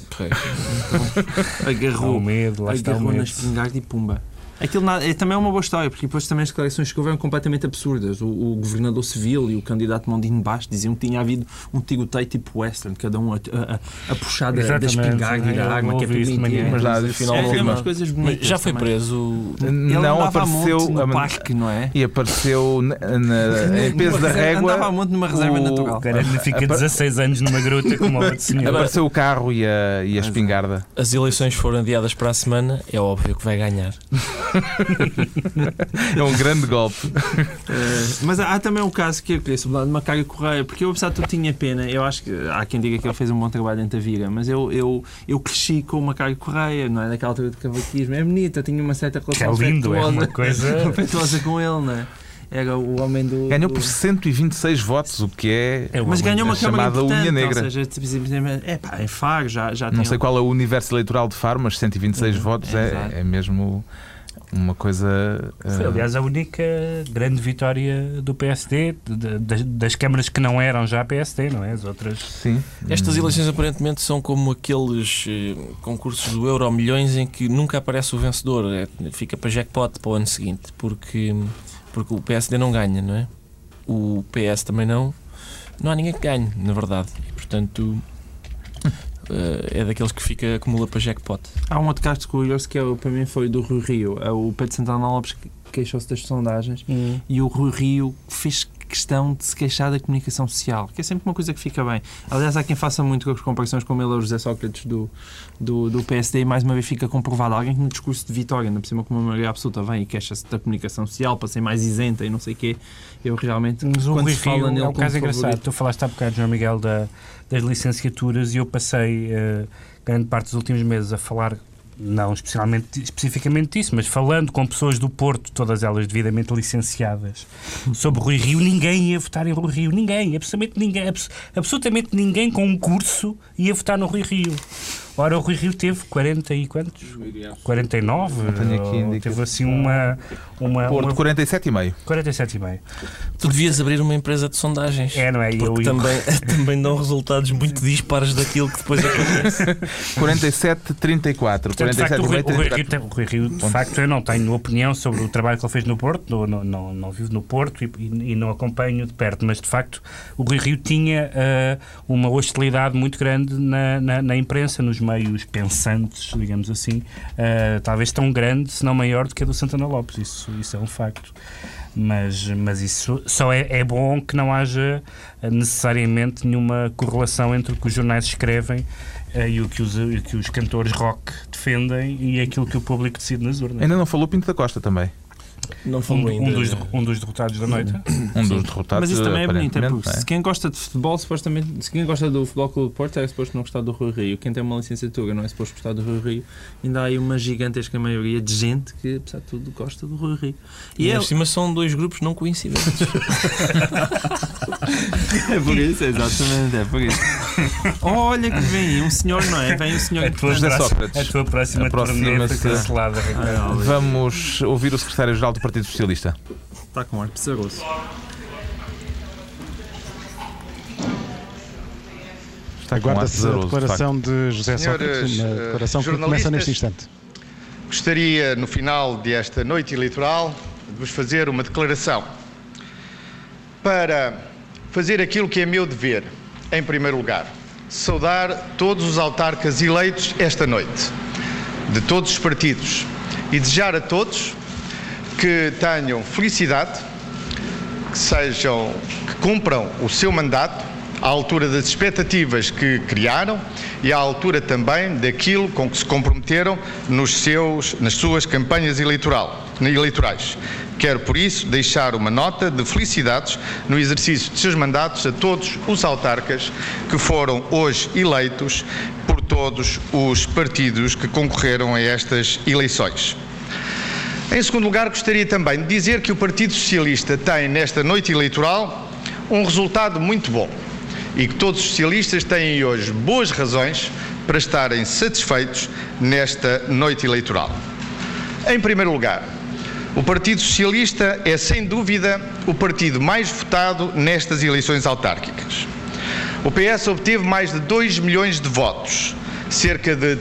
Então, agarrou na espingarda e pumba. Aquilo também é uma boa história, porque depois também as declarações que houve eram completamente absurdas. O governador civil e o candidato Mondino Baixo diziam que tinha havido um tiroteio tipo western, cada um a puxar da espingarda e da arma, que é tudo mentira. Mas nada, afinal umas coisas bonitas. Já foi preso? Não, apareceu no parque, não é? E apareceu em peso da régua. Andava a monte numa reserva natural. O cara fica 16 anos numa gruta como o outro senhor. Apareceu o carro e a espingarda. As eleições foram adiadas para a semana, é óbvio que vai ganhar. É um grande golpe. Mas há também um caso que eu queria sobre de Macário Correia, porque eu, apesar de tudo, tinha pena. Eu acho que há quem diga que ele fez um bom trabalho em Tavira, mas eu cresci com o Macário Correia, não é? Daquela altura de cavaquismo. É bonita, tinha uma certa relação afetuosa com ele, não é? Era o homem do... Ganhou por 126 votos, o que é mas ganhou uma chamada unha negra. Ou seja, em Faro já não sei qual é o universo eleitoral de Faro, mas 126 votos é mesmo... uma coisa... Foi, aliás, a única grande vitória do PSD, das câmaras que não eram já PSD, não é? As outras... Sim. Estas eleições aparentemente são como aqueles concursos do Euro Milhões em que nunca aparece o vencedor, fica para jackpot para o ano seguinte, porque o PSD não ganha, não é? O PS também não há ninguém que ganhe, na verdade. E, portanto... é daqueles que acumula para jackpot. Há um outro caso curioso que para mim foi do Rui Rio. O Pedro Santana Lopes queixou-se das sondagens e o Rui Rio fez questão de se queixar da comunicação social, que é sempre uma coisa que fica bem. Aliás, há quem faça muito com as comparações como ele é o José Sócrates do PSD, e mais uma vez fica comprovado. Alguém que no discurso de vitória, ainda por cima com uma maioria absoluta, vem e queixa-se da comunicação social para ser mais isenta e não sei o quê. Eu realmente, mas quando Rui se fala Rio nele, é um caso engraçado. Tu falaste há bocado, João Miguel, das licenciaturas, e eu passei grande parte dos últimos meses a falar, não especificamente disso, mas falando com pessoas do Porto, todas elas devidamente licenciadas, sobre Rui Rio. Ninguém ia votar em Rui Rio. Ninguém, absolutamente ninguém com um curso ia votar no Rui Rio. Ora, o Rui Rio teve 40 e quantos? 49? Teve assim Porto, 47,5. 47,5. Tu devias abrir uma empresa de sondagens. Não é? Porque também dão resultados muito dispares daquilo que depois acontece. 47,34. Portanto, o Rui Rio, de facto, eu não tenho opinião sobre o trabalho que ele fez no Porto, não vivo no Porto e não acompanho de perto, mas de facto o Rui Rio tinha uma hostilidade muito grande na imprensa, nos meios pensantes, digamos assim, talvez tão grande, se não maior, do que a do Santana Lopes. Isso é um facto. Mas isso só é bom que não haja necessariamente nenhuma correlação entre o que os jornais escrevem e o que os cantores rock defendem e aquilo que o público decide nas urnas. Ainda não falou Pinto da Costa também. Não falou ainda. Um dos derrotados da noite. Dos derrotados. Mas isso também é bonito, porque se quem gosta de futebol, supostamente, se quem gosta do Futebol Clube do Porto é suposto não gostar do Rui Rio. Quem tem uma licenciatura não é suposto gostar do Rui Rio. Ainda há aí uma gigantesca maioria de gente que, apesar de tudo, gosta do Rui Rio. E por cima são dois grupos não coincidentes. É por isso, exatamente, é por isso. Olha que vem um senhor, não é? Vem um senhor José Sócrates. A tua próxima turnê foi cancelada. Vamos ouvir o secretário-geral do Partido Socialista. Está com ar pesaroso. Aguarda-se a declaração de José Sócrates, uma declaração que começa neste instante. Gostaria, no final desta noite eleitoral, de vos fazer uma declaração para fazer aquilo que é meu dever, em primeiro lugar. Saudar todos os autarcas eleitos esta noite, de todos os partidos, e desejar a todos que tenham felicidade, que cumpram o seu mandato à altura das expectativas que criaram e à altura também daquilo com que se comprometeram nas suas campanhas eleitorais. Quero, por isso, deixar uma nota de felicidades no exercício de seus mandatos a todos os autarcas que foram hoje eleitos por todos os partidos que concorreram a estas eleições. Em segundo lugar, gostaria também de dizer que o Partido Socialista tem, nesta noite eleitoral, um resultado muito bom e que todos os socialistas têm hoje boas razões para estarem satisfeitos nesta noite eleitoral. Em primeiro lugar, o Partido Socialista é, sem dúvida, o partido mais votado nestas eleições autárquicas. O PS obteve mais de 2 milhões de votos, cerca de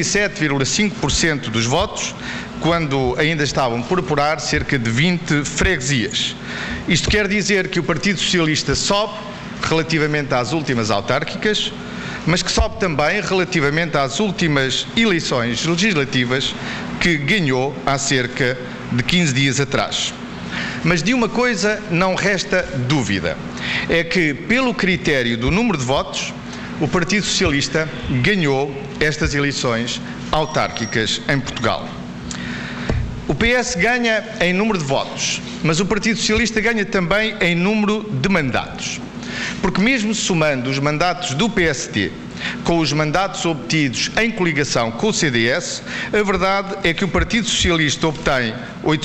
37,5% dos votos, quando ainda estavam por apurar cerca de 20 freguesias. Isto quer dizer que o Partido Socialista sobe relativamente às últimas autárquicas, mas que sobe também relativamente às últimas eleições legislativas que ganhou há cerca de 15 dias atrás. Mas de uma coisa não resta dúvida, é que, pelo critério do número de votos, o Partido Socialista ganhou estas eleições autárquicas em Portugal. O PS ganha em número de votos, mas o Partido Socialista ganha também em número de mandatos. Porque mesmo somando os mandatos do PSD com os mandatos obtidos em coligação com o CDS, a verdade é que o Partido Socialista obtém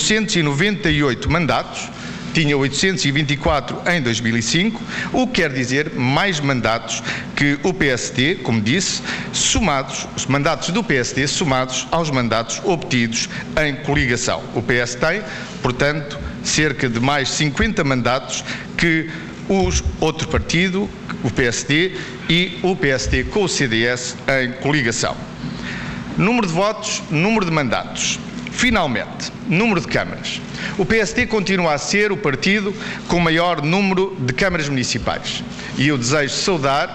898 mandatos, tinha 824 em 2005, o que quer dizer mais mandatos que o PSD, como disse, somados, os mandatos do PSD somados aos mandatos obtidos em coligação. O PS tem, portanto, cerca de mais 50 mandatos que outro partido, o PSD, e o PSD com o CDS em coligação. Número de votos, número de mandatos. Finalmente, número de câmaras. O PSD continua a ser o partido com o maior número de câmaras municipais. E eu desejo saudar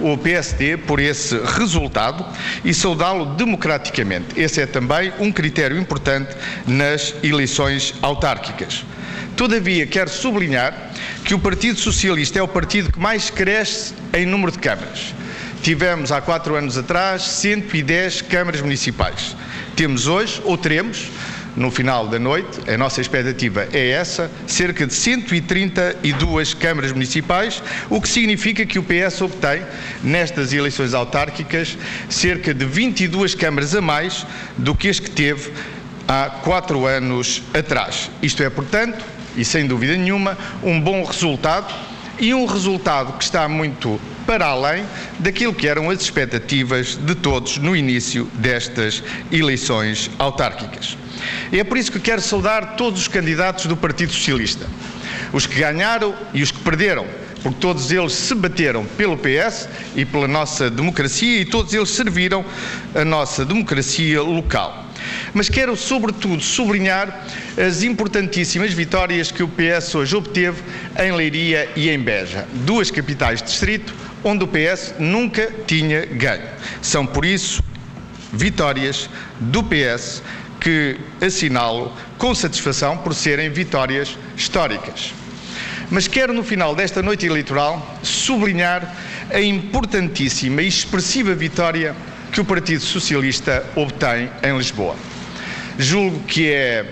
o PSD por esse resultado e saudá-lo democraticamente. Esse é também um critério importante nas eleições autárquicas. Todavia, quero sublinhar que o Partido Socialista é o partido que mais cresce em número de câmaras. Tivemos há 4 anos atrás 110 câmaras municipais. Temos hoje, ou teremos, no final da noite, a nossa expectativa é essa, cerca de 132 câmaras municipais, o que significa que o PS obtém, nestas eleições autárquicas, cerca de 22 câmaras a mais do que as que teve há 4 anos atrás. Isto é, portanto, e sem dúvida nenhuma, um bom resultado e um resultado que está muito para além daquilo que eram as expectativas de todos no início destas eleições autárquicas. É por isso que quero saudar todos os candidatos do Partido Socialista, os que ganharam e os que perderam, porque todos eles se bateram pelo PS e pela nossa democracia e todos eles serviram a nossa democracia local. Mas quero, sobretudo, sublinhar as importantíssimas vitórias que o PS hoje obteve em Leiria e em Beja, 2 capitais de distrito onde o PS nunca tinha ganho. São, por isso, vitórias do PS que assinalo com satisfação por serem vitórias históricas. Mas quero, no final desta noite eleitoral, sublinhar a importantíssima e expressiva vitória que o Partido Socialista obtém em Lisboa. Julgo que é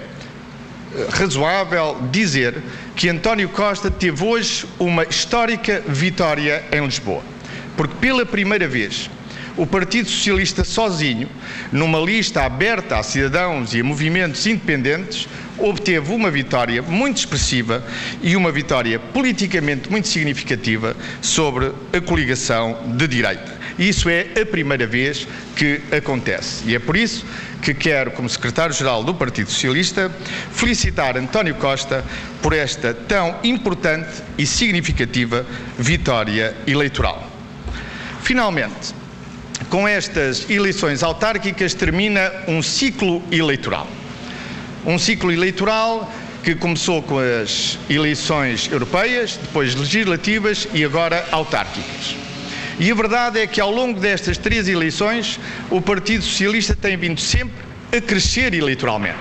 razoável dizer que António Costa teve hoje uma histórica vitória em Lisboa, porque pela primeira vez o Partido Socialista sozinho, numa lista aberta a cidadãos e a movimentos independentes, obteve uma vitória muito expressiva e uma vitória politicamente muito significativa sobre a coligação de direita. Isso é a primeira vez que acontece. E é por isso que quero, como secretário-geral do Partido Socialista, felicitar António Costa por esta tão importante e significativa vitória eleitoral. Finalmente, com estas eleições autárquicas termina um ciclo eleitoral. Um ciclo eleitoral que começou com as eleições europeias, depois legislativas e agora autárquicas. E a verdade é que ao longo destas 3 eleições o Partido Socialista tem vindo sempre a crescer eleitoralmente.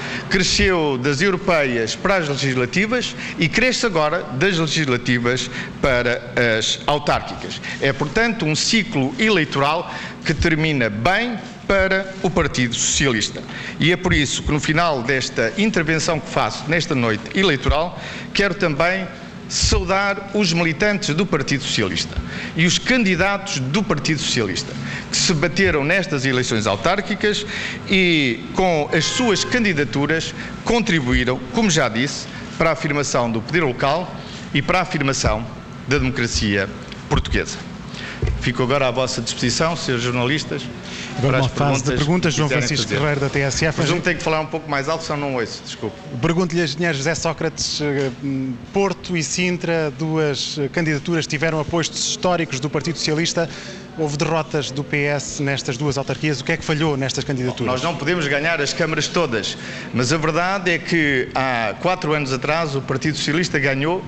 Cresceu das europeias para as legislativas e cresce agora das legislativas para as autárquicas. É, portanto, um ciclo eleitoral que termina bem para o Partido Socialista. E é por isso que no final desta intervenção que faço nesta noite eleitoral, quero também saudar os militantes do Partido Socialista e os candidatos do Partido Socialista que se bateram nestas eleições autárquicas e com as suas candidaturas contribuíram, como já disse, para a afirmação do poder local e para a afirmação da democracia portuguesa. Fico agora à vossa disposição, senhores jornalistas. Agora uma fase de perguntas, João Francisco Guerreiro da TSF. Presumo que tenho que falar um pouco mais alto, senão não ouço, desculpe. Pergunto-lhe, engenheiro José Sócrates, Porto e Sintra, 2 candidaturas tiveram apoios históricos do Partido Socialista. Houve derrotas do PS nestas 2 autarquias. O que é que falhou nestas candidaturas? Nós não podemos ganhar as câmaras todas, mas a verdade é que há 4 anos atrás o Partido Socialista ganhou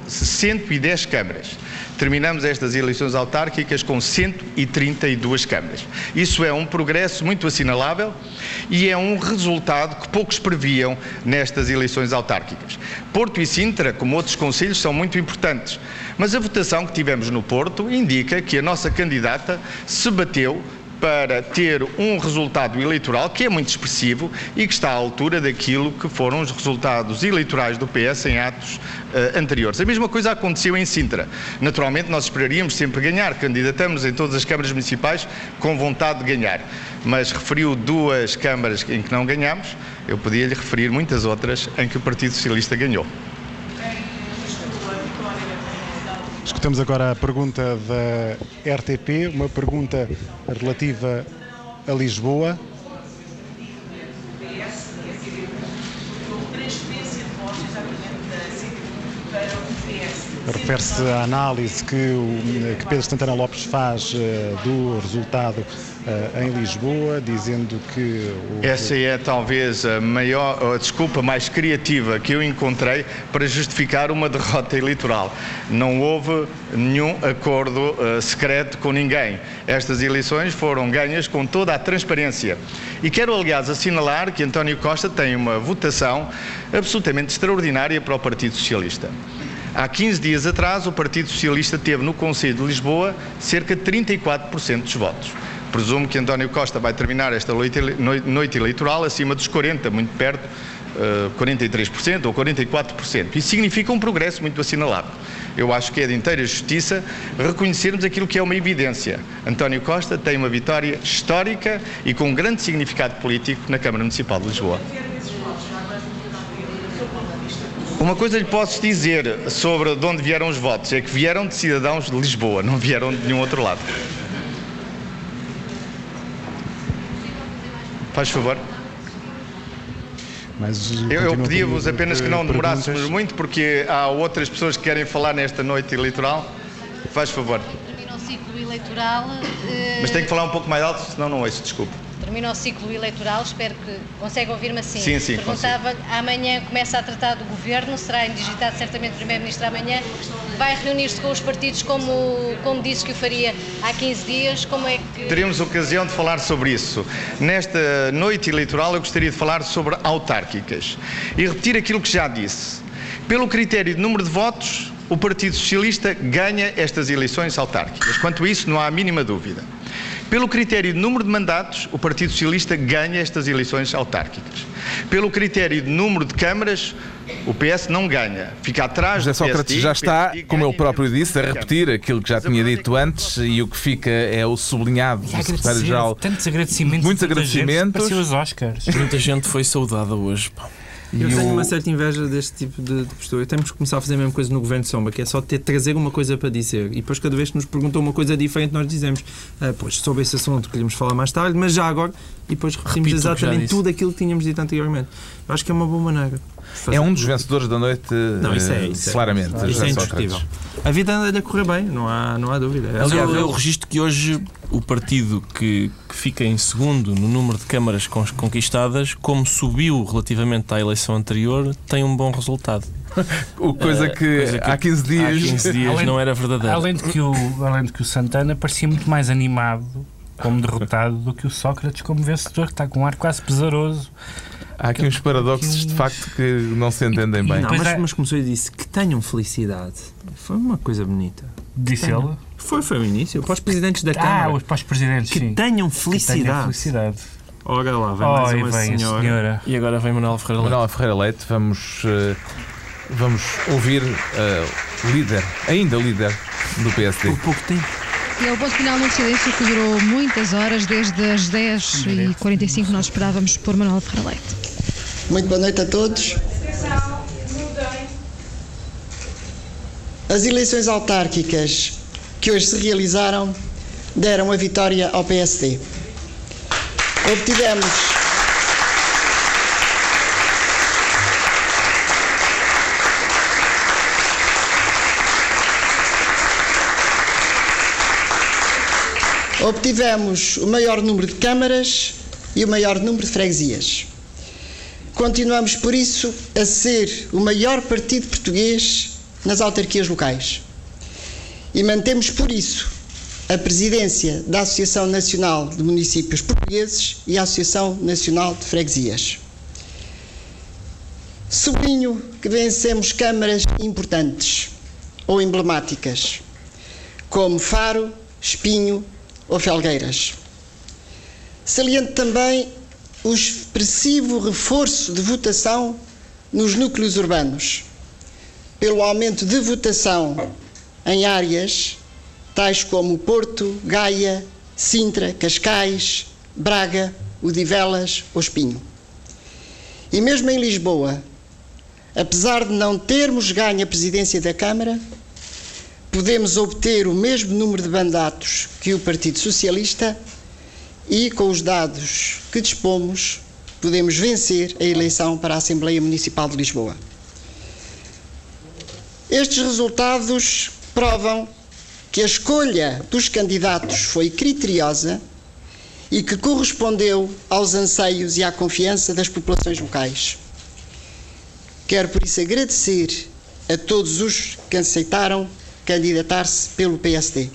110 câmaras. Terminamos estas eleições autárquicas com 132 câmaras. Isso é um progresso muito assinalável e é um resultado que poucos previam nestas eleições autárquicas. Porto e Sintra, como outros concelhos, são muito importantes, mas a votação que tivemos no Porto indica que a nossa candidata se bateu para ter um resultado eleitoral que é muito expressivo e que está à altura daquilo que foram os resultados eleitorais do PS em atos anteriores. A mesma coisa aconteceu em Sintra. Naturalmente nós esperaríamos sempre ganhar, candidatamos em todas as câmaras municipais com vontade de ganhar, mas referiu 2 câmaras em que não ganhamos, eu podia-lhe referir muitas outras em que o Partido Socialista ganhou. Escutamos agora a pergunta da RTP, uma pergunta relativa a Lisboa. Transferência de votos exatamente da CDU para o Refere-se à análise que Pedro Santana Lopes faz do resultado em Lisboa, dizendo que... Essa é talvez a desculpa mais criativa que eu encontrei para justificar uma derrota eleitoral. Não houve nenhum acordo secreto com ninguém. Estas eleições foram ganhas com toda a transparência. E quero, aliás, assinalar que António Costa tem uma votação absolutamente extraordinária para o Partido Socialista. Há 15 dias atrás, o Partido Socialista teve no Conselho de Lisboa cerca de 34% dos votos. Presumo que António Costa vai terminar esta noite eleitoral acima dos 40%, muito perto, 43% ou 44%. Isso significa um progresso muito assinalável. Eu acho que é de inteira justiça reconhecermos aquilo que é uma evidência. António Costa tem uma vitória histórica e com um grande significado político na Câmara Municipal de Lisboa. Uma coisa lhe posso dizer sobre de onde vieram os votos, é que vieram de cidadãos de Lisboa, não vieram de nenhum outro lado. Faz favor. Eu pedia-vos apenas que não demorássemos muito, porque há outras pessoas que querem falar nesta noite eleitoral. Faz favor. Termina o ciclo eleitoral. Mas tem que falar um pouco mais alto, senão não ouço, desculpe. Termina o ciclo eleitoral, espero que consegue ouvir-me assim. Sim, sim. Perguntava, amanhã começa a tratar do governo, será indigitado certamente o Primeiro-Ministro amanhã, vai reunir-se com os partidos como disse que o faria há 15 dias, como é que... Teremos ocasião de falar sobre isso. Nesta noite eleitoral eu gostaria de falar sobre autárquicas e repetir aquilo que já disse. Pelo critério de número de votos, o Partido Socialista ganha estas eleições autárquicas. Quanto a isso, não há a mínima dúvida. Pelo critério de número de mandatos, o Partido Socialista ganha estas eleições autárquicas. Pelo critério de número de câmaras, o PS não ganha. Fica atrás do PSD. José Sócrates já está, como ele próprio disse, a repetir aquilo que já tinha dito antes, e o que fica é o sublinhado do secretário-geral. Tantos agradecimentos. Muitos agradecimentos. Pareceu os Oscars. Muita gente foi saudada hoje, pá. Eu tenho uma certa inveja deste tipo de postura. Temos que começar a fazer a mesma coisa no Governo de Sombra, que é só trazer uma coisa para dizer. E depois, cada vez que nos perguntam uma coisa diferente, nós dizemos, pois, sobre esse assunto queríamos falar mais tarde, mas já agora, e depois repetimos exatamente tudo aquilo que tínhamos dito anteriormente. Eu acho que é uma boa maneira. É um dos vencedores da noite, não, isso claramente. Isso é indiscutível. A vida anda a correr bem, não há dúvida. Aliás, eu registro que hoje o partido que fica em segundo no número de câmaras conquistadas, como subiu relativamente à eleição anterior, tem um bom resultado. Coisa que há 15 dias, não era verdadeiro. Além de que o Santana parecia muito mais animado como derrotado do que o Sócrates como vencedor, que está com um ar quase pesaroso. Há aqui uns paradoxos de facto que não se entendem bem. Não, mas começou e disse que tenham felicidade. Foi uma coisa bonita. Disse ele? Foi o início. Para os presidentes da Câmara. Para os presidentes, que sim. Tenham felicidade. Que tenham felicidade. Ora lá, vem mais uma senhora. E agora vem Manuela Ferreira Leite. Manuela Ferreira Leite, vamos ouvir ainda líder do PSD. Por pouco tempo. E é o ponto final no silêncio que durou muitas horas, desde as 10h45 nós esperávamos por Manuela Ferreira Leite. Muito boa noite a todos. As eleições autárquicas que hoje se realizaram deram a vitória ao PSD. Obtivemos o maior número de câmaras e o maior número de freguesias. Continuamos, por isso, a ser o maior partido português nas autarquias locais. E mantemos, por isso, a presidência da Associação Nacional de Municípios Portugueses e a Associação Nacional de Freguesias. Sublinho que vencemos câmaras importantes ou emblemáticas, como Faro, Espinho ou Felgueiras. Saliento também o expressivo reforço de votação nos núcleos urbanos, pelo aumento de votação em áreas tais como Porto, Gaia, Sintra, Cascais, Braga, Odivelas ou Espinho. E mesmo em Lisboa, apesar de não termos ganho a presidência da Câmara, podemos obter o mesmo número de mandatos que o Partido Socialista e, com os dados que dispomos, podemos vencer a eleição para a Assembleia Municipal de Lisboa. Estes resultados provam que a escolha dos candidatos foi criteriosa e que correspondeu aos anseios e à confiança das populações locais. Quero, por isso, agradecer a todos os que aceitaram candidatar-se pelo PSD.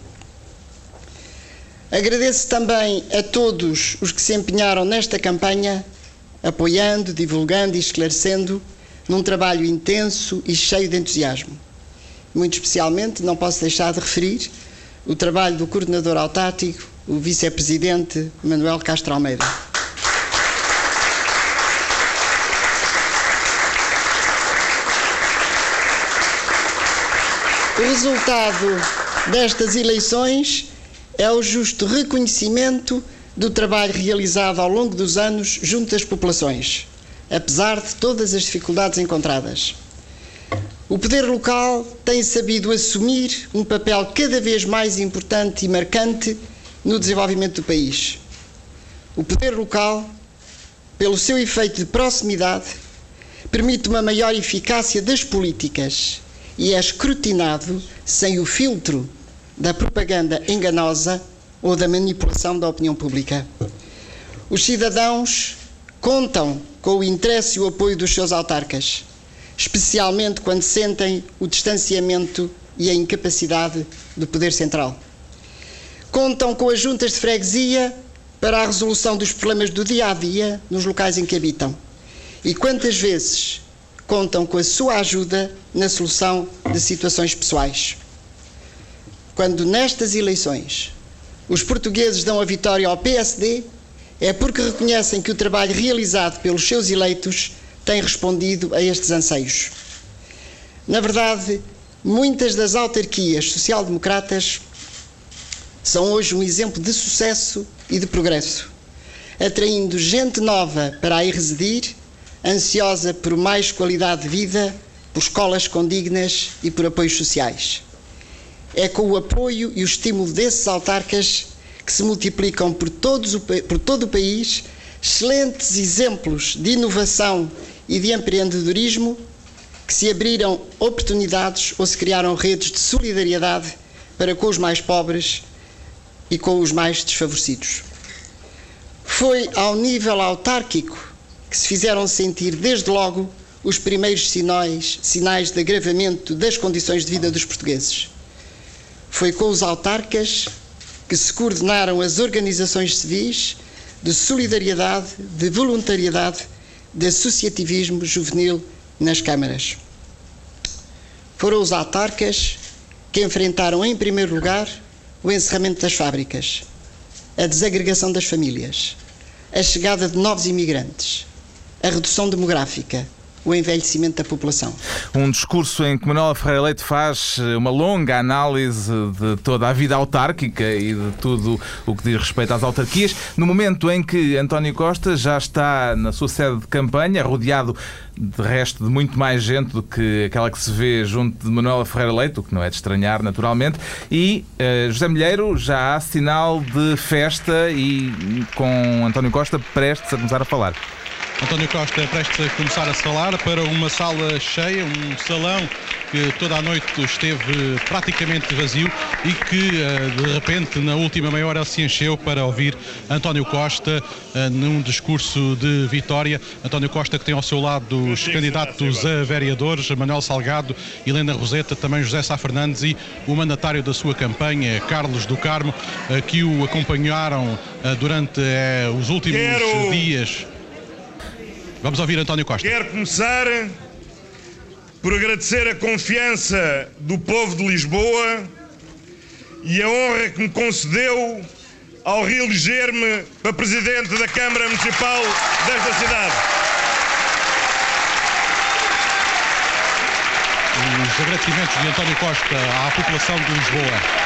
Agradeço também a todos os que se empenharam nesta campanha, apoiando, divulgando e esclarecendo, num trabalho intenso e cheio de entusiasmo. Muito especialmente, não posso deixar de referir o trabalho do coordenador autárquico, o vice-presidente Manuel Castro Almeida. O resultado destas eleições é o justo reconhecimento do trabalho realizado ao longo dos anos junto das populações, apesar de todas as dificuldades encontradas. O poder local tem sabido assumir um papel cada vez mais importante e marcante no desenvolvimento do país. O poder local, pelo seu efeito de proximidade, permite uma maior eficácia das políticas e é escrutinado sem o filtro da propaganda enganosa ou da manipulação da opinião pública. Os cidadãos contam com o interesse e o apoio dos seus autarcas, especialmente quando sentem o distanciamento e a incapacidade do poder central. Contam com as juntas de freguesia para a resolução dos problemas do dia-a-dia nos locais em que habitam. E quantas vezes contam com a sua ajuda na solução de situações pessoais. Quando nestas eleições os portugueses dão a vitória ao PSD, é porque reconhecem que o trabalho realizado pelos seus eleitos tem respondido a estes anseios. Na verdade, muitas das autarquias social-democratas são hoje um exemplo de sucesso e de progresso, atraindo gente nova para aí residir, ansiosa por mais qualidade de vida, por escolas condignas e por apoios sociais. É com o apoio e o estímulo desses autarcas que se multiplicam por todo o país excelentes exemplos de inovação e de empreendedorismo, que se abriram oportunidades ou se criaram redes de solidariedade para com os mais pobres e com os mais desfavorecidos. Foi ao nível autárquico que se fizeram sentir desde logo os primeiros sinais de agravamento das condições de vida dos portugueses. Foi com os autarcas que se coordenaram as organizações civis de solidariedade, de voluntariedade, de associativismo juvenil nas câmaras. Foram os autarcas que enfrentaram em primeiro lugar o encerramento das fábricas, a desagregação das famílias, a chegada de novos imigrantes, a redução demográfica, o envelhecimento da população. Um discurso em que Manuela Ferreira Leite faz uma longa análise de toda a vida autárquica e de tudo o que diz respeito às autarquias, no momento em que António Costa já está na sua sede de campanha, rodeado de resto de muito mais gente do que aquela que se vê junto de Manuela Ferreira Leite, o que não é de estranhar, naturalmente, e José Milheiro já há sinal de festa e com António Costa prestes a começar a falar. António Costa prestes a começar a falar para uma sala cheia, um salão que toda a noite esteve praticamente vazio e que de repente na última meia hora se encheu para ouvir António Costa num discurso de vitória. António Costa que tem ao seu lado os candidatos a vereadores, Manuel Salgado, Helena Roseta, também José Sá Fernandes e o mandatário da sua campanha, Carlos do Carmo, que o acompanharam durante os últimos dias. Vamos ouvir António Costa. Quero começar por agradecer a confiança do povo de Lisboa e a honra que me concedeu ao reeleger-me para Presidente da Câmara Municipal desta cidade. Os agradecimentos de António Costa à população de Lisboa.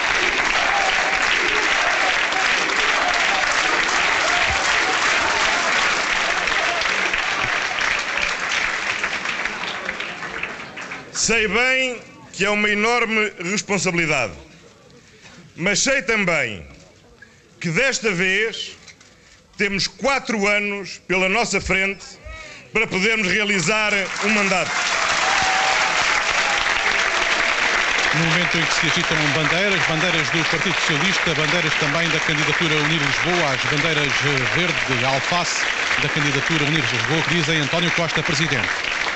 Sei bem que é uma enorme responsabilidade, mas sei também que desta vez temos 4 anos pela nossa frente para podermos realizar um mandato. no momento em que se agitam bandeiras do Partido Socialista, bandeiras também da candidatura Unir Lisboa, as bandeiras verde e alface da candidatura Unir Lisboa, que dizem António Costa, Presidente.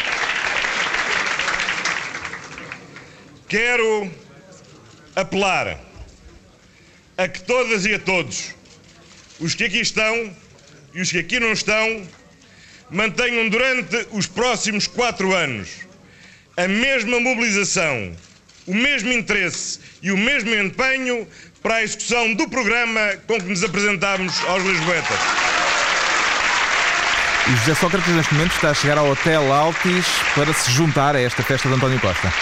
Quero apelar a que todas e a todos, os que aqui estão e os que aqui não estão, mantenham durante os próximos 4 anos a mesma mobilização, o mesmo interesse e o mesmo empenho para a execução do programa com que nos apresentámos aos lisboetas. E José Sócrates, neste momento, está a chegar ao Hotel Altis para se juntar a esta festa de António Costa.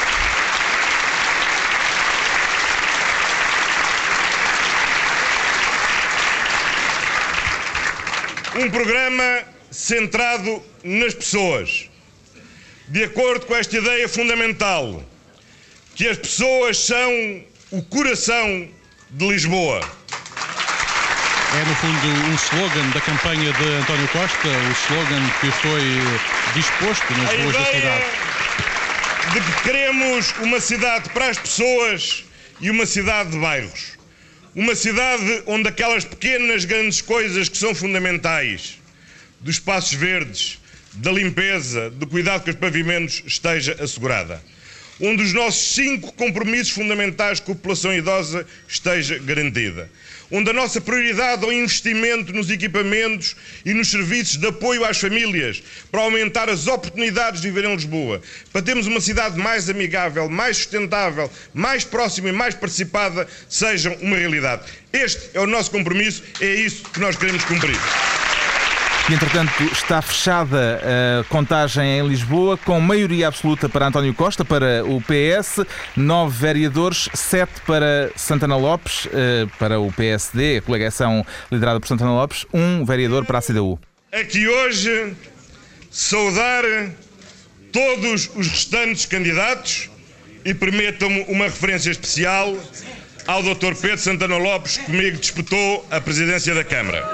Um programa centrado nas pessoas, de acordo com esta ideia fundamental, que as pessoas são o coração de Lisboa. É, no fundo, um slogan da campanha de António Costa, o slogan que foi disposto nas ruas da cidade. De que queremos uma cidade para as pessoas e uma cidade de bairros. Uma cidade onde aquelas pequenas, grandes coisas que são fundamentais, dos espaços verdes, da limpeza, do cuidado com os pavimentos, esteja assegurada. Onde os nossos 5 compromissos fundamentais com a população idosa esteja garantida. Onde a nossa prioridade ao investimento nos equipamentos e nos serviços de apoio às famílias, para aumentar as oportunidades de viver em Lisboa, para termos uma cidade mais amigável, mais sustentável, mais próxima e mais participada, sejam uma realidade. Este é o nosso compromisso, é isso que nós queremos cumprir. E, entretanto, está fechada a contagem em Lisboa, com maioria absoluta para António Costa, para o PS, 9 vereadores, 7 para Santana Lopes, para o PSD, a coligação liderada por Santana Lopes, 1 vereador para a CDU. Aqui hoje saudar todos os restantes candidatos e permitam-me uma referência especial ao Dr. Pedro Santana Lopes, que comigo disputou a presidência da Câmara.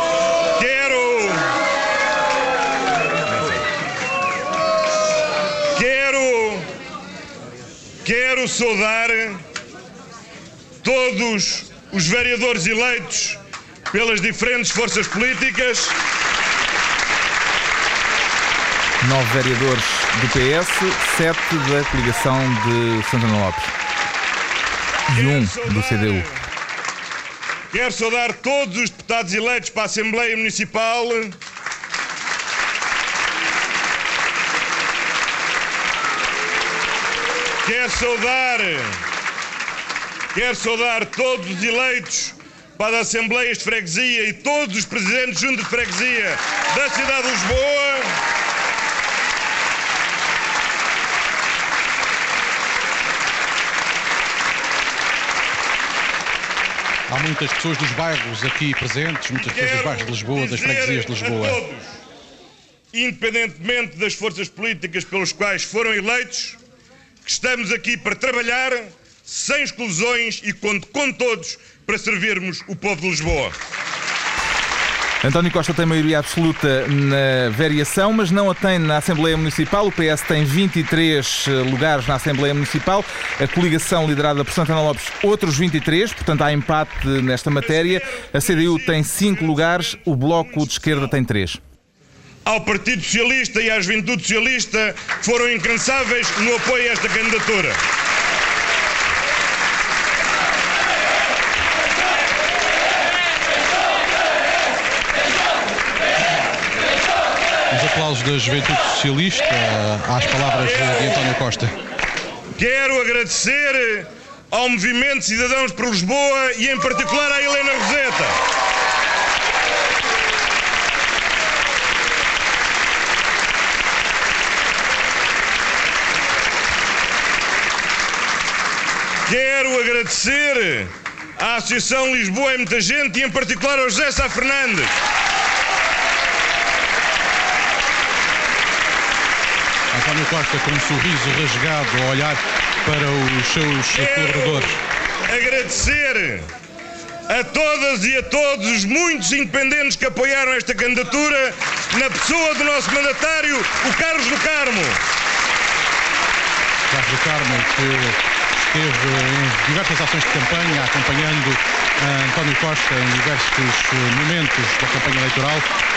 Quero saudar todos os vereadores eleitos pelas diferentes forças políticas. 9 vereadores do PS, 7 da coligação de Santana Lopes e 1 do CDU. Quero saudar todos os deputados eleitos para a Assembleia Municipal. Quero saudar todos os eleitos para as Assembleias de Freguesia e todos os presidentes de junta de freguesia da cidade de Lisboa. Há muitas pessoas dos bairros aqui presentes, muitas pessoas dos bairros de Lisboa, das freguesias de Lisboa. A todos, independentemente das forças políticas pelos quais foram eleitos, que estamos aqui para trabalhar sem exclusões e conto com todos para servirmos o povo de Lisboa. António Costa tem maioria absoluta na variação, mas não a tem na Assembleia Municipal. O PS tem 23 lugares na Assembleia Municipal. A coligação liderada por Santana Lopes, outros 23, portanto há empate nesta matéria. A CDU tem 5 lugares, o Bloco de Esquerda tem 3. Ao Partido Socialista e à Juventude Socialista, que foram incansáveis no apoio a esta candidatura. Os aplausos da Juventude Socialista às palavras de António Costa. Quero agradecer ao Movimento Cidadãos por Lisboa e em particular à Helena Roseta. Quero agradecer à Associação Lisboa é Muita Gente e em particular ao José Sá Fernandes. António Costa com um sorriso rasgado a olhar para os seus colaboradores. Agradecer a todas e a todos os muitos independentes que apoiaram esta candidatura na pessoa do nosso mandatário, o Carlos do Carmo. Carlos do Carmo, que esteve em diversas ações de campanha, acompanhando António Costa em diversos momentos da campanha eleitoral.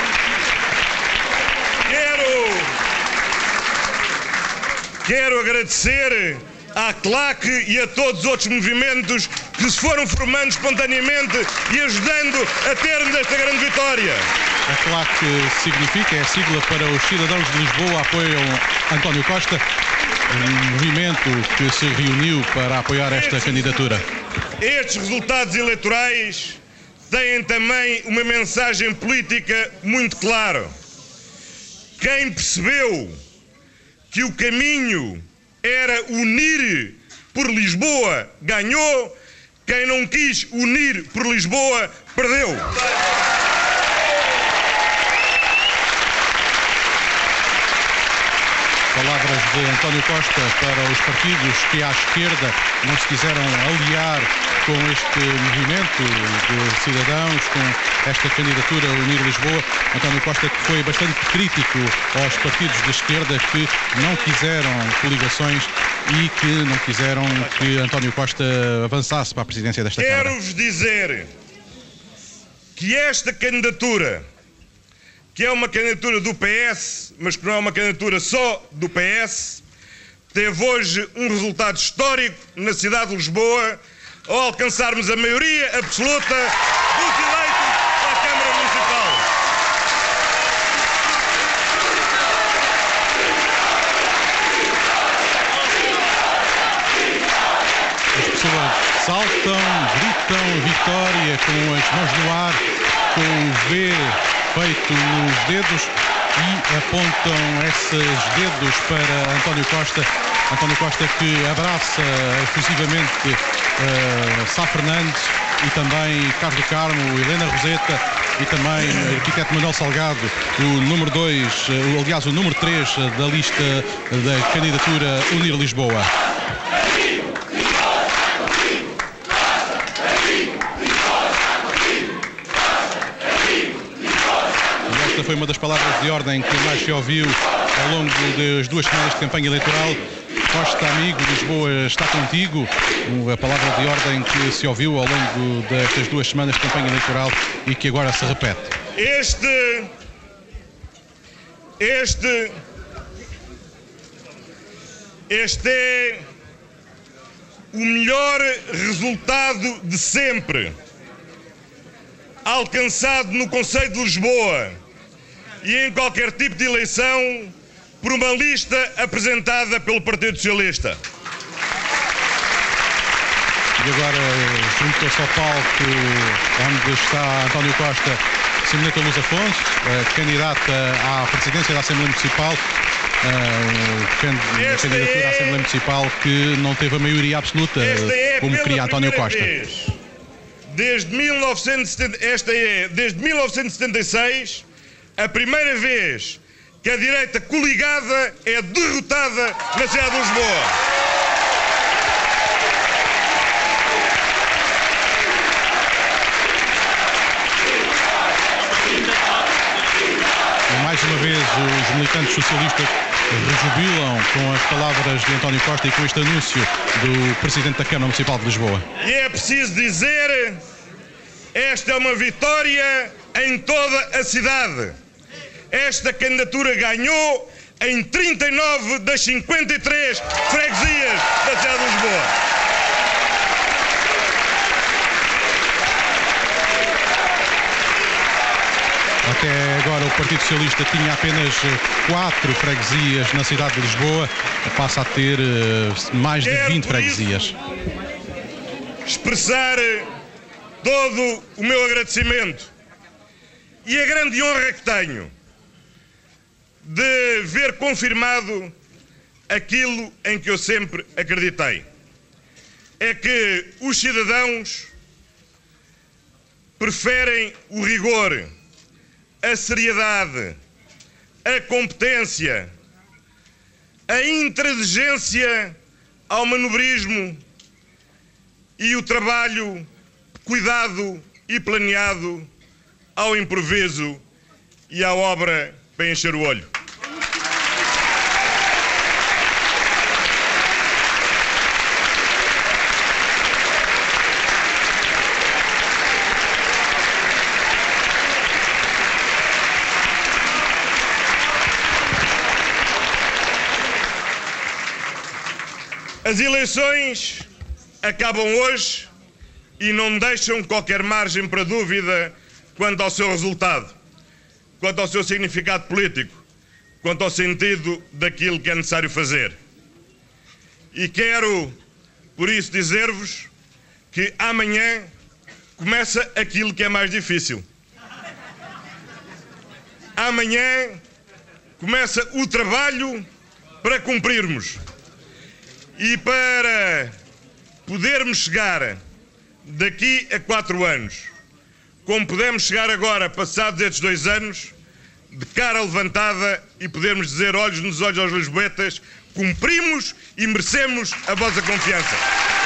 Quero agradecer à CLAC e a todos os outros movimentos que se foram formando espontaneamente e ajudando a termos esta grande vitória. A CLAC significa, é a sigla para os cidadãos de Lisboa apoiam António Costa, um movimento que se reuniu para apoiar esta candidatura. Estes resultados eleitorais têm também uma mensagem política muito clara. Quem percebeu que o caminho era unir por Lisboa, ganhou. Quem não quis unir por Lisboa, perdeu. Palavras de António Costa para os partidos que à esquerda não se quiseram aliar com este movimento de cidadãos, com esta candidatura Unir Lisboa. António Costa que foi bastante crítico aos partidos de esquerda que não quiseram coligações e que não quiseram que António Costa avançasse para a presidência desta Câmara. Quero-vos dizer que esta candidatura, que é uma candidatura do PS, mas que não é uma candidatura só do PS, teve hoje um resultado histórico na cidade de Lisboa, ao alcançarmos a maioria absoluta dos eleitos à Câmara Municipal. As pessoas saltam, gritam vitória com as mãos no ar, com o V feito nos dedos e apontam esses dedos para António Costa. António Costa que abraça efusivamente Sá Fernandes e também Carlos do Carmo, Helena Roseta e também o arquiteto Manuel Salgado, o número 2, aliás o número 3 da lista da candidatura Unir Lisboa. Esta foi uma das palavras de ordem que mais se ouviu ao longo das 2 semanas de campanha eleitoral. Costa, amigo, Lisboa está contigo. A palavra de ordem que se ouviu ao longo destas 2 semanas de campanha eleitoral e que agora se repete. Este é o melhor resultado de sempre alcançado no Conselho de Lisboa e em qualquer tipo de eleição por uma lista apresentada pelo Partido Socialista. E agora juntou-se ao palco onde está António Costa, Simoneta Luz Afonso, candidata à presidência da Assembleia Municipal, candidatura à Assembleia Municipal que não teve a maioria absoluta como queria António Costa. Desde 1976, a primeira vez que a direita coligada é derrotada na cidade de Lisboa. Mais uma vez, os militantes socialistas rejubilam com as palavras de António Costa e com este anúncio do Presidente da Câmara Municipal de Lisboa. E é preciso dizer, esta é uma vitória em toda a cidade. Esta candidatura ganhou em 39 das 53 freguesias da cidade de Lisboa. Até agora o Partido Socialista tinha apenas 4 freguesias na cidade de Lisboa, passa a ter mais de 20 freguesias. Expressar todo o meu agradecimento e a grande honra que tenho de ver confirmado aquilo em que eu sempre acreditei. É que os cidadãos preferem o rigor, a seriedade, a competência, a intransigência ao manobrismo e o trabalho cuidado e planeado ao improviso e à obra para encher o olho. As eleições acabam hoje e não deixam qualquer margem para dúvida quanto ao seu resultado, quanto ao seu significado político, quanto ao sentido daquilo que é necessário fazer. E quero, por isso, dizer-vos que amanhã começa aquilo que é mais difícil. Amanhã começa o trabalho para cumprirmos. E para podermos chegar daqui a 4 anos, como podemos chegar agora, passados estes 2 anos, de cara levantada e podermos dizer olhos nos olhos aos lisboetas, cumprimos e merecemos a vossa confiança.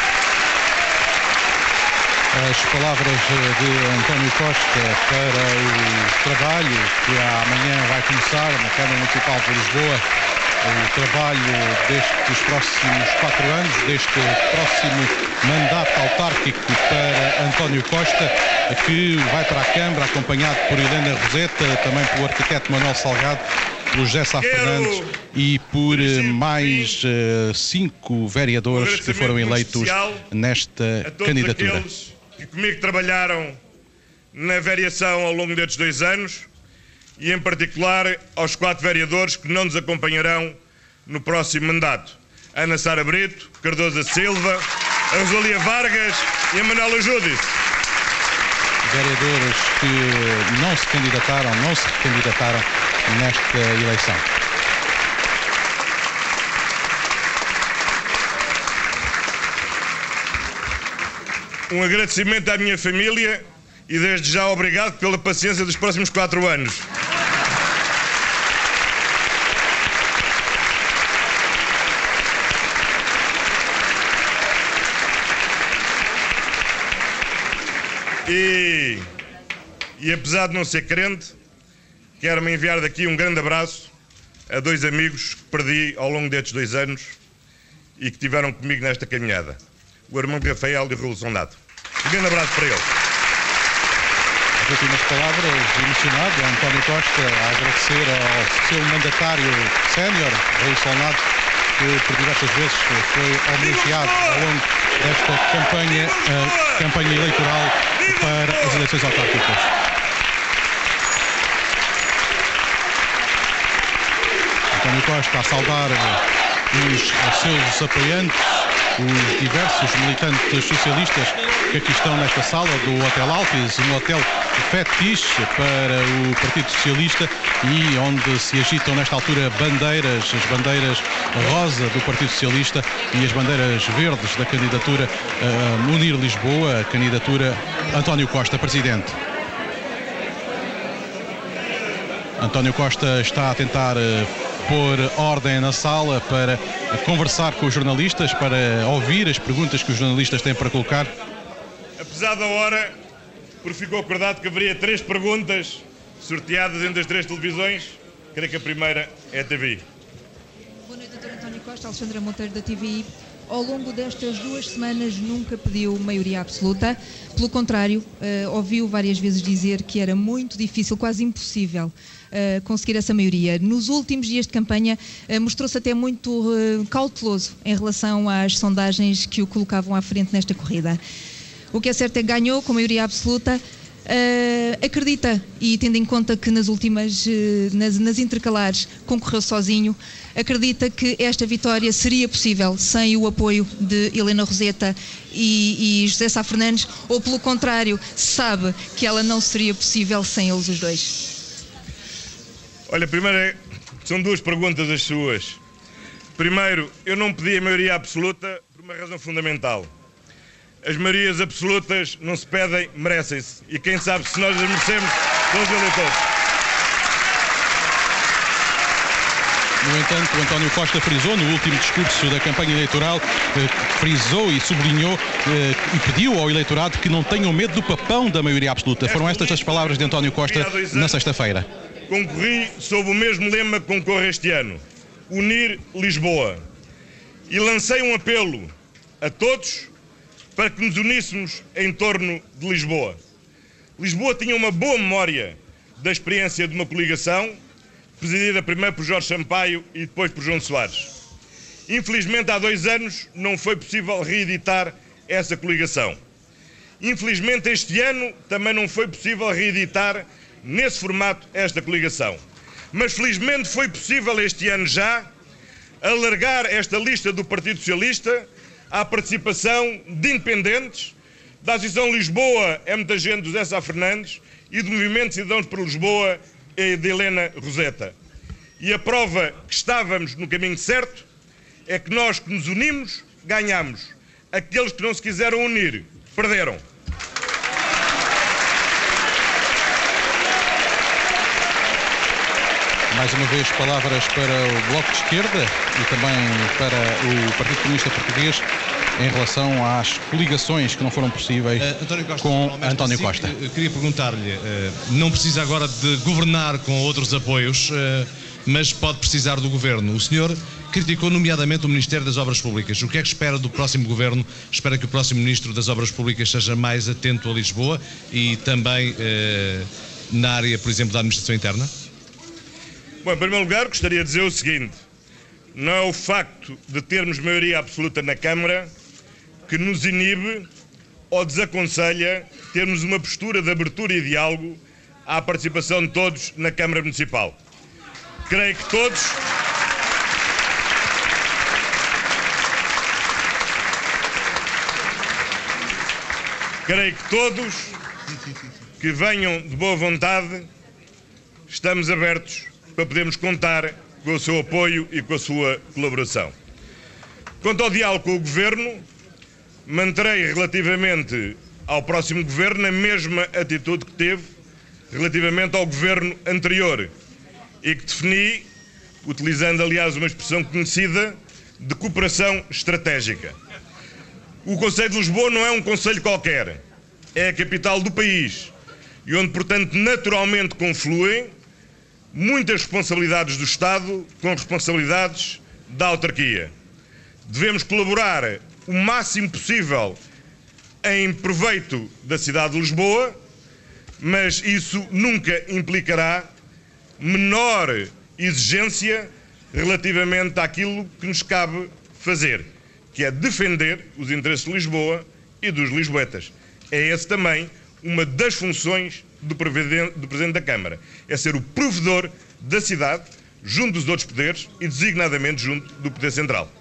As palavras de António Costa para o trabalho que amanhã vai começar na Câmara Municipal de Lisboa, o trabalho destes próximos 4 anos, deste próximo mandato autárquico para António Costa, que vai para a Câmara acompanhado por Helena Roseta, também pelo arquiteto Manuel Salgado, pelo José Sá Fernandes e por mais 5 vereadores que foram eleitos nesta candidatura. Que comigo trabalharam na vereação ao longo destes 2 anos e, em particular, aos 4 vereadores que não nos acompanharão no próximo mandato. Ana Sara Brito, Cardoso Silva, a Rosalia Vargas e a Manuela Júdice. Vereadores que não se recandidataram nesta eleição. Um agradecimento à minha família e desde já obrigado pela paciência dos próximos 4 anos. E apesar de não ser crente, quero-me enviar daqui um grande abraço a 2 amigos que perdi ao longo destes 2 anos e que estiveram comigo nesta caminhada. O irmão Rafael e o Raul Sondado. Um grande abraço para eles. As últimas palavras, emocionado, António Costa a agradecer ao seu mandatário sénior, Raul Sondado, que por diversas vezes foi homenageado ao longo desta campanha eleitoral para as eleições autárquicas. António Costa a saudar os seus apoiantes, os diversos militantes socialistas que aqui estão nesta sala do Hotel Altis, um hotel fetiche para o Partido Socialista e onde se agitam nesta altura bandeiras, as bandeiras rosa do Partido Socialista e as bandeiras verdes da candidatura Unir Lisboa, a candidatura António Costa, Presidente. António Costa está a tentar pôr ordem na sala para conversar com os jornalistas, para ouvir as perguntas que os jornalistas têm para colocar. Apesar da hora, porque ficou acordado que haveria 3 perguntas sorteadas entre as 3 televisões, creio que a primeira é a TVI. Boa noite, Dr. António Costa, Alexandra Monteiro da TVI. Ao longo destas 2 semanas nunca pediu maioria absoluta, pelo contrário, ouviu várias vezes dizer que era muito difícil, quase impossível conseguir essa maioria. Nos últimos dias de campanha mostrou-se até muito cauteloso em relação às sondagens que o colocavam à frente nesta corrida. O que é certo é que ganhou com maioria absoluta. Acredita, e tendo em conta que nas últimas, nas intercalares, concorreu sozinho, acredita que esta vitória seria possível sem o apoio de Helena Roseta e José Sá Fernandes, ou pelo contrário, sabe que ela não seria possível sem eles os dois? Olha, primeiro, são 2 perguntas as suas. Primeiro, eu não pedi a maioria absoluta por uma razão fundamental. As maiorias absolutas não se pedem, merecem-se. E quem sabe se nós as merecemos são os eleitores. No entanto, o António Costa frisou no último discurso da campanha eleitoral, frisou e sublinhou e pediu ao eleitorado que não tenham medo do papão da maioria absoluta. Foram estas as palavras de António Costa na sexta-feira. Concorri sob o mesmo lema que concorre este ano: Unir Lisboa. E lancei um apelo a todos para que nos uníssemos em torno de Lisboa. Lisboa tinha uma boa memória da experiência de uma coligação, presidida primeiro por Jorge Sampaio e depois por João Soares. Infelizmente, há 2 anos não foi possível reeditar essa coligação. Infelizmente, este ano também não foi possível reeditar nesse formato esta coligação. Mas felizmente foi possível este ano já alargar esta lista do Partido Socialista à participação de independentes, da Associação Lisboa é muita gente, José Sá Fernandes, e do Movimento Cidadãos por Lisboa, de Helena Roseta. E a prova que estávamos no caminho certo é que nós que nos unimos, ganhamos. Aqueles que não se quiseram unir, perderam. Mais uma vez, palavras para o Bloco de Esquerda e também para o Partido Comunista Português em relação às coligações que não foram possíveis com António Costa. Queria perguntar-lhe, não precisa agora de governar com outros apoios, mas pode precisar do governo. O senhor criticou nomeadamente o Ministério das Obras Públicas. O que é que espera do próximo governo? Espera que o próximo Ministro das Obras Públicas seja mais atento a Lisboa e também na área, por exemplo, da administração interna? Bom, em primeiro lugar, gostaria de dizer o seguinte: não é o facto de termos maioria absoluta na Câmara que nos inibe ou desaconselha termos uma postura de abertura e diálogo à participação de todos na Câmara Municipal. Creio que todos que venham de boa vontade, estamos abertos para podermos contar com o seu apoio e com a sua colaboração. Quanto ao diálogo com o Governo, manterei relativamente ao próximo Governo a mesma atitude que teve relativamente ao Governo anterior e que defini, utilizando aliás uma expressão conhecida, de cooperação estratégica. O Conselho de Lisboa não é um concelho qualquer, é a capital do país e onde, portanto, naturalmente confluem muitas responsabilidades do Estado com responsabilidades da autarquia. Devemos colaborar o máximo possível em proveito da cidade de Lisboa, mas isso nunca implicará menor exigência relativamente àquilo que nos cabe fazer, que é defender os interesses de Lisboa e dos lisboetas. É esse também uma das funções do Presidente da Câmara, é ser o provedor da cidade junto dos outros poderes e designadamente junto do Poder Central.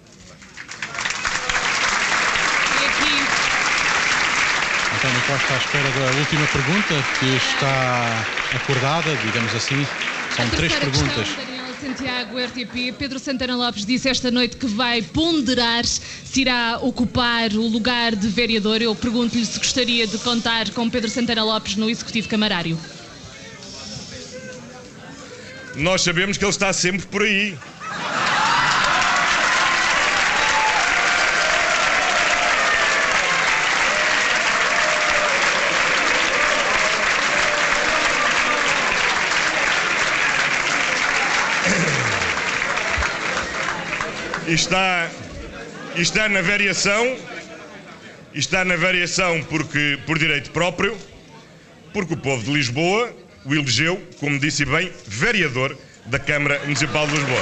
António Costa à espera da última pergunta que está acordada, digamos assim. São 3 perguntas. Santiago, RTP. Pedro Santana Lopes disse esta noite que vai ponderar se irá ocupar o lugar de vereador. Eu pergunto-lhe se gostaria de contar com Pedro Santana Lopes no Executivo Camarário. Nós sabemos que ele está sempre por aí. Está na variação porque, por direito próprio, porque o povo de Lisboa o elegeu, como disse bem, vereador da Câmara Municipal de Lisboa.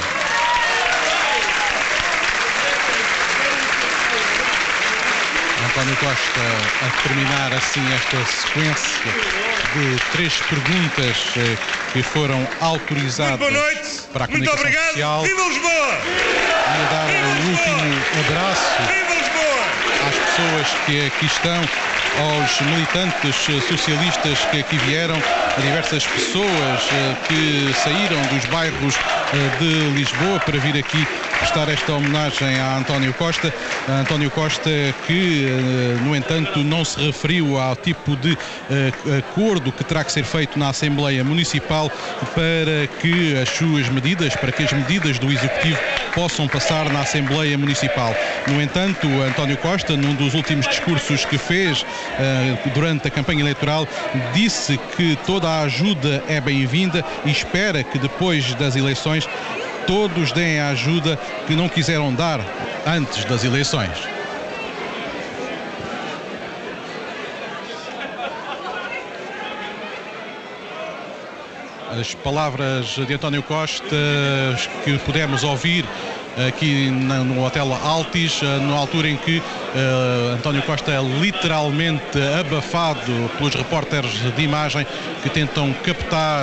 António Costa a terminar assim esta sequência de 3 perguntas que foram autorizadas para a comunicação social. Muito obrigado, viva Lisboa! E a dar o último abraço às pessoas que aqui estão, aos militantes socialistas que aqui vieram, a diversas pessoas que saíram dos bairros de Lisboa para vir aqui prestar esta homenagem a António Costa. António Costa que, no entanto, não se referiu ao tipo de acordo que terá que ser feito na Assembleia Municipal para que as suas medidas, para que as medidas do Executivo possam passar na Assembleia Municipal. No entanto, António Costa, num dos últimos discursos que fez durante a campanha eleitoral, disse que toda a ajuda é bem-vinda e espera que depois das eleições todos deem a ajuda que não quiseram dar antes das eleições. As palavras de António Costa que pudemos ouvir aqui no Hotel Altis, na altura em que António Costa é literalmente abafado pelos repórteres de imagem que tentam captar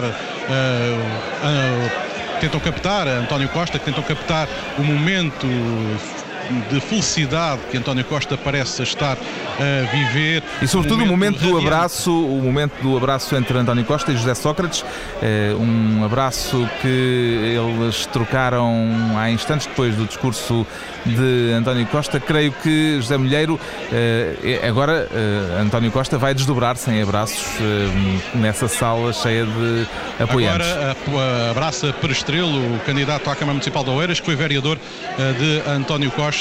António Costa, que tentam captar o momento de felicidade que António Costa parece estar a viver. E sobretudo o momento do abraço entre António Costa e José Sócrates, um abraço que eles trocaram há instantes depois do discurso de António Costa. Creio que José Milheiro, agora António Costa vai desdobrar-se em abraços nessa sala cheia de apoiantes. Agora abraça Perestrelo, o candidato à Câmara Municipal de Oeiras, que foi vereador de António Costa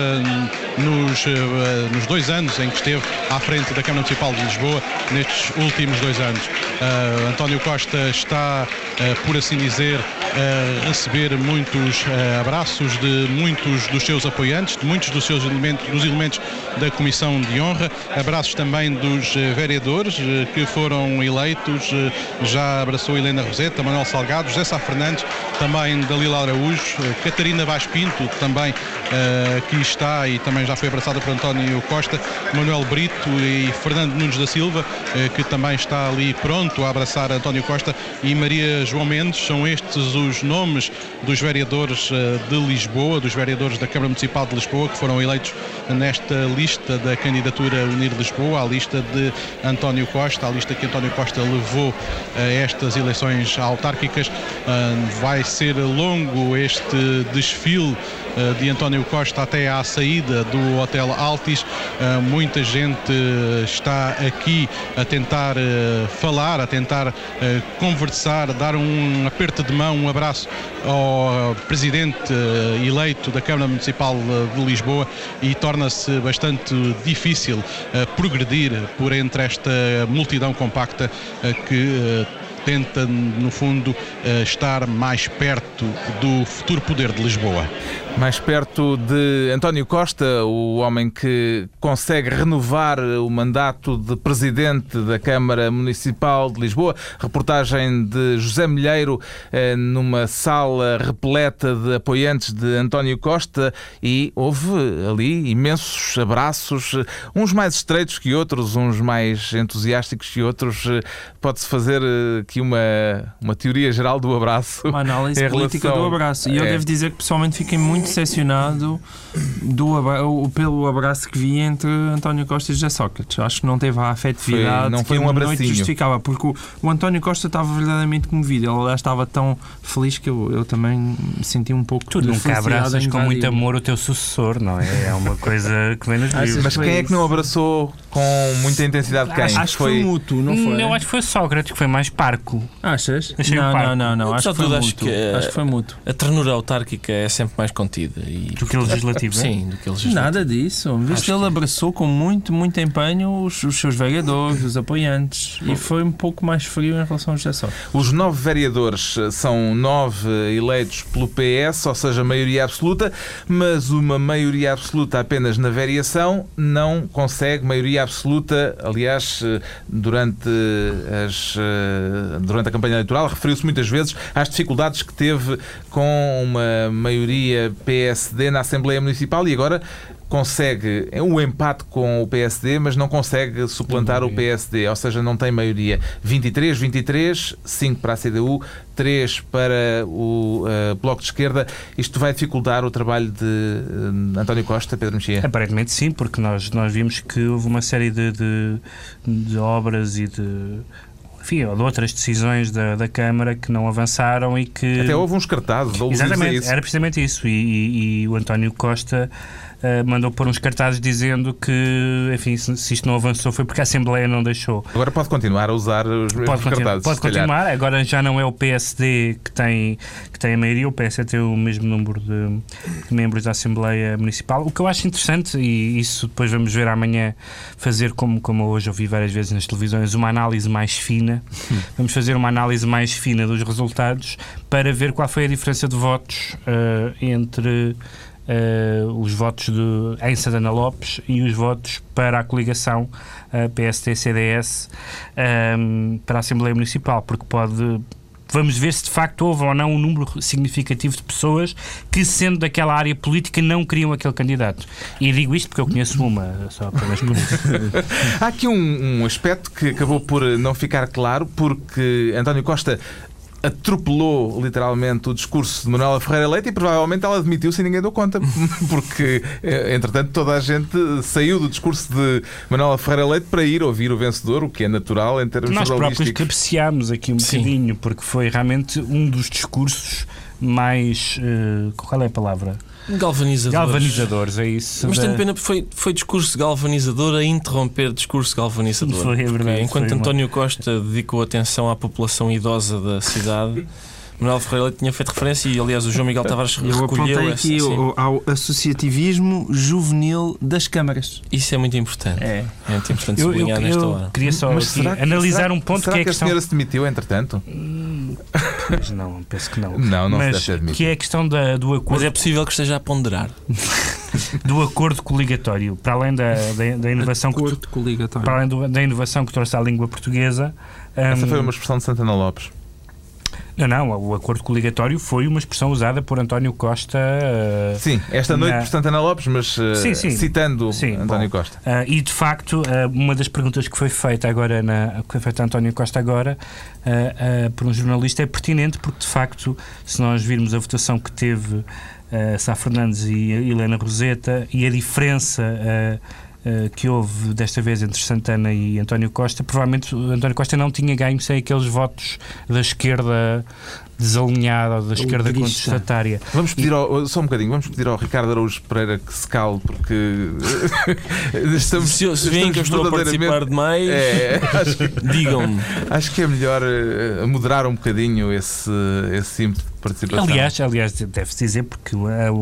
nos 2 anos em que esteve à frente da Câmara Municipal de Lisboa, nestes últimos 2 anos. António Costa está, por assim dizer, a receber muitos abraços de muitos dos seus apoiantes, de muitos dos elementos da Comissão de Honra, abraços também dos vereadores que foram eleitos. Já abraçou Helena Roseta, Manuel Salgado, José Sá Fernandes, também Dalila Araújo, Catarina Vaz Pinto, também aqui está e também já foi abraçada por António Costa, Manuel Brito e Fernando Nunes da Silva, que também está ali pronto a abraçar António Costa, e Maria João Mendes. São estes os nomes dos vereadores de Lisboa, dos vereadores da Câmara Municipal de Lisboa, que foram eleitos nesta lista da candidatura Unir Lisboa, a lista de António Costa, a lista que António Costa levou a estas eleições autárquicas. Vai ser longo este desfile de António Costa até à saída do Hotel Altis. Muita gente está aqui a tentar falar, a tentar conversar, dar um aperto de mão, um abraço ao presidente eleito da Câmara Municipal de Lisboa, e torna-se bastante difícil progredir por entre esta multidão compacta que tenta, no fundo, estar mais perto do futuro poder de Lisboa. Mais perto de António Costa, o homem que consegue renovar o mandato de presidente da Câmara Municipal de Lisboa. Reportagem de José Milheiro numa sala repleta de apoiantes de António Costa, e houve ali imensos abraços, uns mais estreitos que outros, uns mais entusiásticos que outros. Pode-se fazer aqui uma teoria geral do abraço. Uma análise política do abraço. E eu devo dizer que pessoalmente fiquei muito decepcionado pelo abraço que vi entre António Costa e José Sócrates. Acho que não teve a afetividade, não foi um abracinho, justificava, porque o António Costa estava verdadeiramente comovido. Ele estava tão feliz que eu também me senti um pouco. Tu nunca abraças com muito amor o teu sucessor, não é? É uma coisa que vem nos livros. Mas quem é que não abraçou com muita intensidade? Acho que foi mútuo, não foi? Eu acho que foi Sócrates, que foi mais parco. Achas? Não. Acho que foi mútuo. A ternura autárquica é sempre mais contida. Do que legislativa? Sim, do que legislativa. Nada disso. Viste, ele abraçou com muito empenho os seus vereadores, os apoiantes, e foi um pouco mais frio em relação ao José Sócrates. Os 9 vereadores são 9 eleitos pelo PS, ou seja, maioria absoluta, mas uma maioria absoluta apenas na variação não consegue maioria absoluta. Aliás, durante a campanha eleitoral referiu-se muitas vezes às dificuldades que teve com uma maioria PSD na Assembleia Municipal, e agora consegue um empate com o PSD, mas não consegue suplantar o PSD, ou seja, não tem maioria. 23, 5 para a CDU, 3 para o Bloco de Esquerda. Isto vai dificultar o trabalho de António Costa, Pedro Mexia? Aparentemente sim, porque nós vimos que houve uma série de obras e de outras decisões da Câmara que não avançaram e que... Até houve uns cartazes. Exatamente, era precisamente isso. E o António Costa mandou pôr uns cartazes dizendo que, enfim, se isto não avançou foi porque a Assembleia não deixou. Agora pode continuar a usar os mesmos cartazes. Pode continuar, agora já não é o PSD que tem a maioria, o PSD tem o mesmo número de membros da Assembleia Municipal. O que eu acho interessante, e isso depois vamos ver amanhã, fazer como hoje ouvi várias vezes nas televisões, uma análise mais fina. Vamos fazer uma análise mais fina dos resultados para ver qual foi a diferença de votos entre os votos em Santana Lopes e os votos para a coligação PST-CDS para a Assembleia Municipal, porque vamos ver se de facto houve ou não um número significativo de pessoas que, sendo daquela área política, não queriam aquele candidato. E digo isto porque eu conheço uma, só apenas por isso. Há aqui um aspecto que acabou por não ficar claro, porque António Costa atropelou literalmente o discurso de Manuela Ferreira Leite e provavelmente ela admitiu sem ninguém deu conta, porque entretanto toda a gente saiu do discurso de Manuela Ferreira Leite para ir ouvir o vencedor, o que é natural em termos jornalísticos. Nós próprios cabeceámos aqui um bocadinho, porque foi realmente um dos discursos mais... qual é a palavra? Galvanizadores, é isso. Mas tenho pena, foi discurso galvanizador a interromper discurso galvanizador. Foi, é verdade. Enquanto António Costa dedicou atenção à população idosa da cidade, Manuel Ferreira tinha feito referência e, aliás, o João Miguel Tavares recolheu aqui ao associativismo juvenil das câmaras. Isso é muito importante. É muito importante sublinhar nesta hora. Queria só analisar um ponto que é a questão... a senhora se demitiu, entretanto? Pois não, penso que não. Não mas se deve admitir. Que é a questão do acordo... Mas é possível que esteja a ponderar. Do acordo coligatório. Para além da inovação... Para além da inovação que trouxe à língua portuguesa... Essa foi uma expressão de Santana Lopes. Não, o acordo coligatório foi uma expressão usada por António Costa. Sim, esta noite por Santana Lopes, mas citando António Costa. E de facto, uma das perguntas que foi feita agora, que foi feita a António Costa agora, por um jornalista, é pertinente, porque de facto, se nós virmos a votação que teve Sá Fernandes e Helena Roseta e a diferença que houve desta vez entre Santana e António Costa, provavelmente António Costa não tinha ganho sem aqueles votos da esquerda desalinhada ou da esquerda contestatária. Vamos pedir só um bocadinho, vamos pedir ao Ricardo Araújo Pereira que se cale, porque se veem que eu estou a participar demais, digam-me. Acho que é melhor moderar um bocadinho esse ímpeto de participação. Aliás, deve-se dizer, porque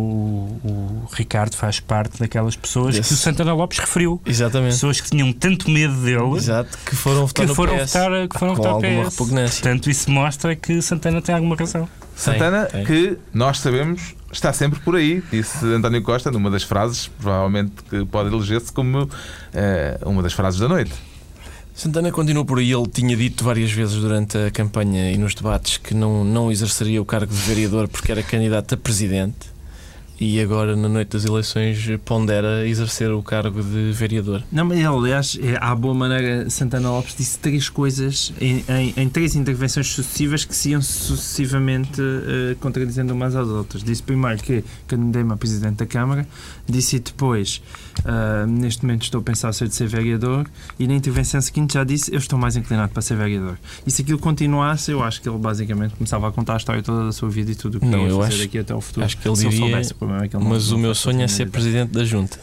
o Ricardo faz parte daquelas pessoas que o Santana Lopes referiu. Exatamente. Pessoas que tinham tanto medo dele. Exato, que foram votar no PS. Que foram votar alguma PS. Repugnância. Portanto, isso mostra que Santana tem alguma razão. Santana, que nós sabemos, está sempre por aí, disse António Costa numa das frases, provavelmente que pode eleger-se como uma das frases da noite. Santana continua por aí. Ele tinha dito várias vezes durante a campanha e nos debates que não exerceria o cargo de vereador porque era candidato a presidente. E agora, na noite das eleições, pondera exercer o cargo de vereador. Não, mas aliás, à boa maneira, Santana Lopes disse 3 coisas em 3 intervenções sucessivas que se iam sucessivamente contradizendo umas às outras. Disse primeiro que candidei-me a presidente da Câmara, disse depois, neste momento estou a pensar de ser vereador, e na intervenção seguinte já disse, eu estou mais inclinado para ser vereador. E se aquilo continuasse, eu acho que ele basicamente começava a contar a história toda da sua vida e tudo o que ele ia fazer daqui até ao futuro. Acho que ele diria... Mas o meu sonho é ser presidente da Junta.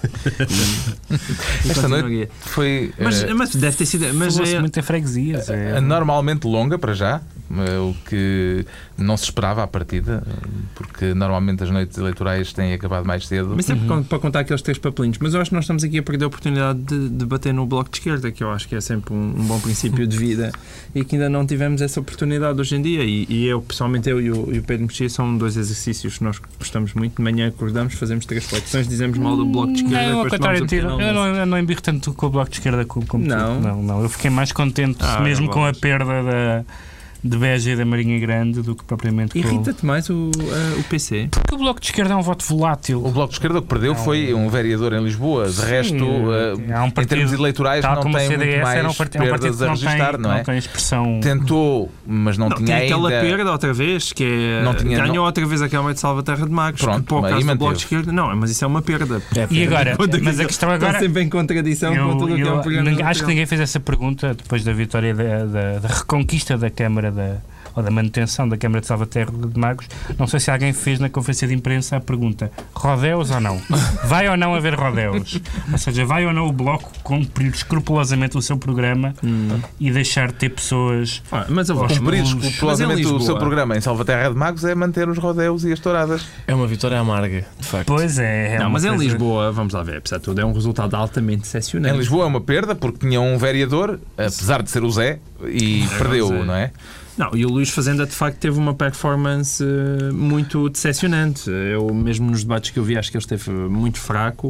Esta noite foi... Mas deve ter sido... Mas muito em freguesias. Normalmente longa, para já, o que não se esperava à partida, porque normalmente as noites eleitorais têm acabado mais cedo. Mas sempre para contar aqueles 3 papelinhos. Mas eu acho que nós estamos aqui a perder a oportunidade de bater no Bloco de Esquerda, que eu acho que é sempre um bom princípio de vida, e que ainda não tivemos essa oportunidade hoje em dia. E eu, pessoalmente, eu e o Pedro Mexia, são 2 exercícios que nós gostamos muito. De manhã acordamos, fazemos 3 flexões, dizemos mal do Bloco de Esquerda. Não, ao contrário, eu não embirro tanto com o Bloco de Esquerda como não. Eu fiquei mais contente mesmo com a perda de Beja e da Marinha Grande do que propriamente... Irrita-te mais o PC? Porque o Bloco de Esquerda é um voto volátil. O Bloco de Esquerda que perdeu foi um vereador em Lisboa. De resto, em termos eleitorais, não tem muito mais perdas a registrar, não é? Não tem expressão... Tentou, mas não tinha ainda... Tem aquela perda outra vez, que é... Ganhou outra vez a Câmara de Salvaterra de Magos. Pronto, que, por causa do Bloco de Esquerda... Não, mas isso é uma perda. E agora? Mas a questão agora... Está sempre em contradição com tudo o que é um programa. Acho que ninguém fez essa pergunta depois da vitória da reconquista da Câmara ou da manutenção da Câmara de Salvaterra de Magos. Não sei se alguém fez na conferência de imprensa a pergunta: rodeos ou não? Vai ou não haver rodeos? Ou seja, vai ou não o Bloco cumprir escrupulosamente o seu programa e deixar de ter pessoas... Mas cumprir escrupulosamente o seu programa em Salvaterra de Magos é manter os rodeos e as touradas. É uma vitória amarga, de facto. Pois é. Não, mas em Lisboa, vamos lá ver, apesar de tudo, é um resultado altamente decepcionante. Em Lisboa é uma perda porque tinha um vereador, apesar de ser o Zé, e perdeu, não é? Não, e o Luís Fazenda de facto teve uma performance muito decepcionante. Eu mesmo nos debates que eu vi acho que ele esteve muito fraco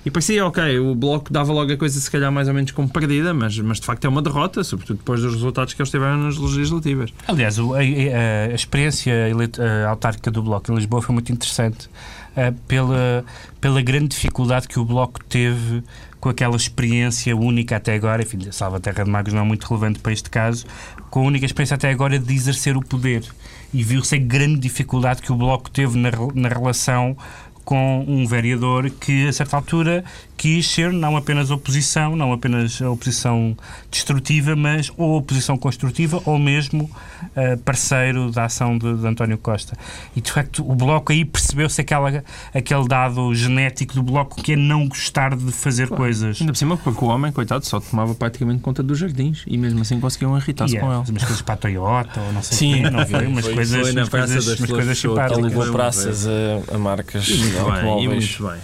E parecia, ok, o Bloco dava logo a coisa se calhar mais ou menos como perdida, mas de facto é uma derrota, sobretudo depois dos resultados que eles tiveram nas legislativas. Aliás, a experiência autárquica do Bloco em Lisboa foi muito interessante pela grande dificuldade que o Bloco teve com aquela experiência única até agora, enfim, Salvaterra de Magos não é muito relevante para este caso, com a única experiência até agora de exercer o poder. E viu-se a grande dificuldade que o Bloco teve na relação com um vereador que, a certa altura, quis ser não apenas oposição, não apenas a oposição destrutiva, mas ou oposição construtiva ou mesmo parceiro da ação de António Costa. E, de facto, o Bloco aí percebeu-se aquele dado genético do Bloco que é não gostar de fazer coisas. Ainda por cima, porque o homem, coitado, só tomava praticamente conta dos jardins e mesmo assim conseguiam irritar-se com ele. Umas coisas para a Toyota ou não sei Sim, o quê, não foi? Umas coisas simpáticas. Ele levou praças a marcas e automóveis. muito bem.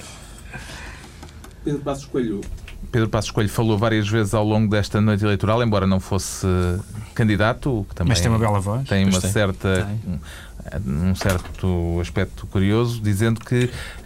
Pedro Passos Coelho falou várias vezes ao longo desta noite eleitoral, embora não fosse candidato, o que também mas tem uma bela voz. Tem um certo aspecto curioso, dizendo que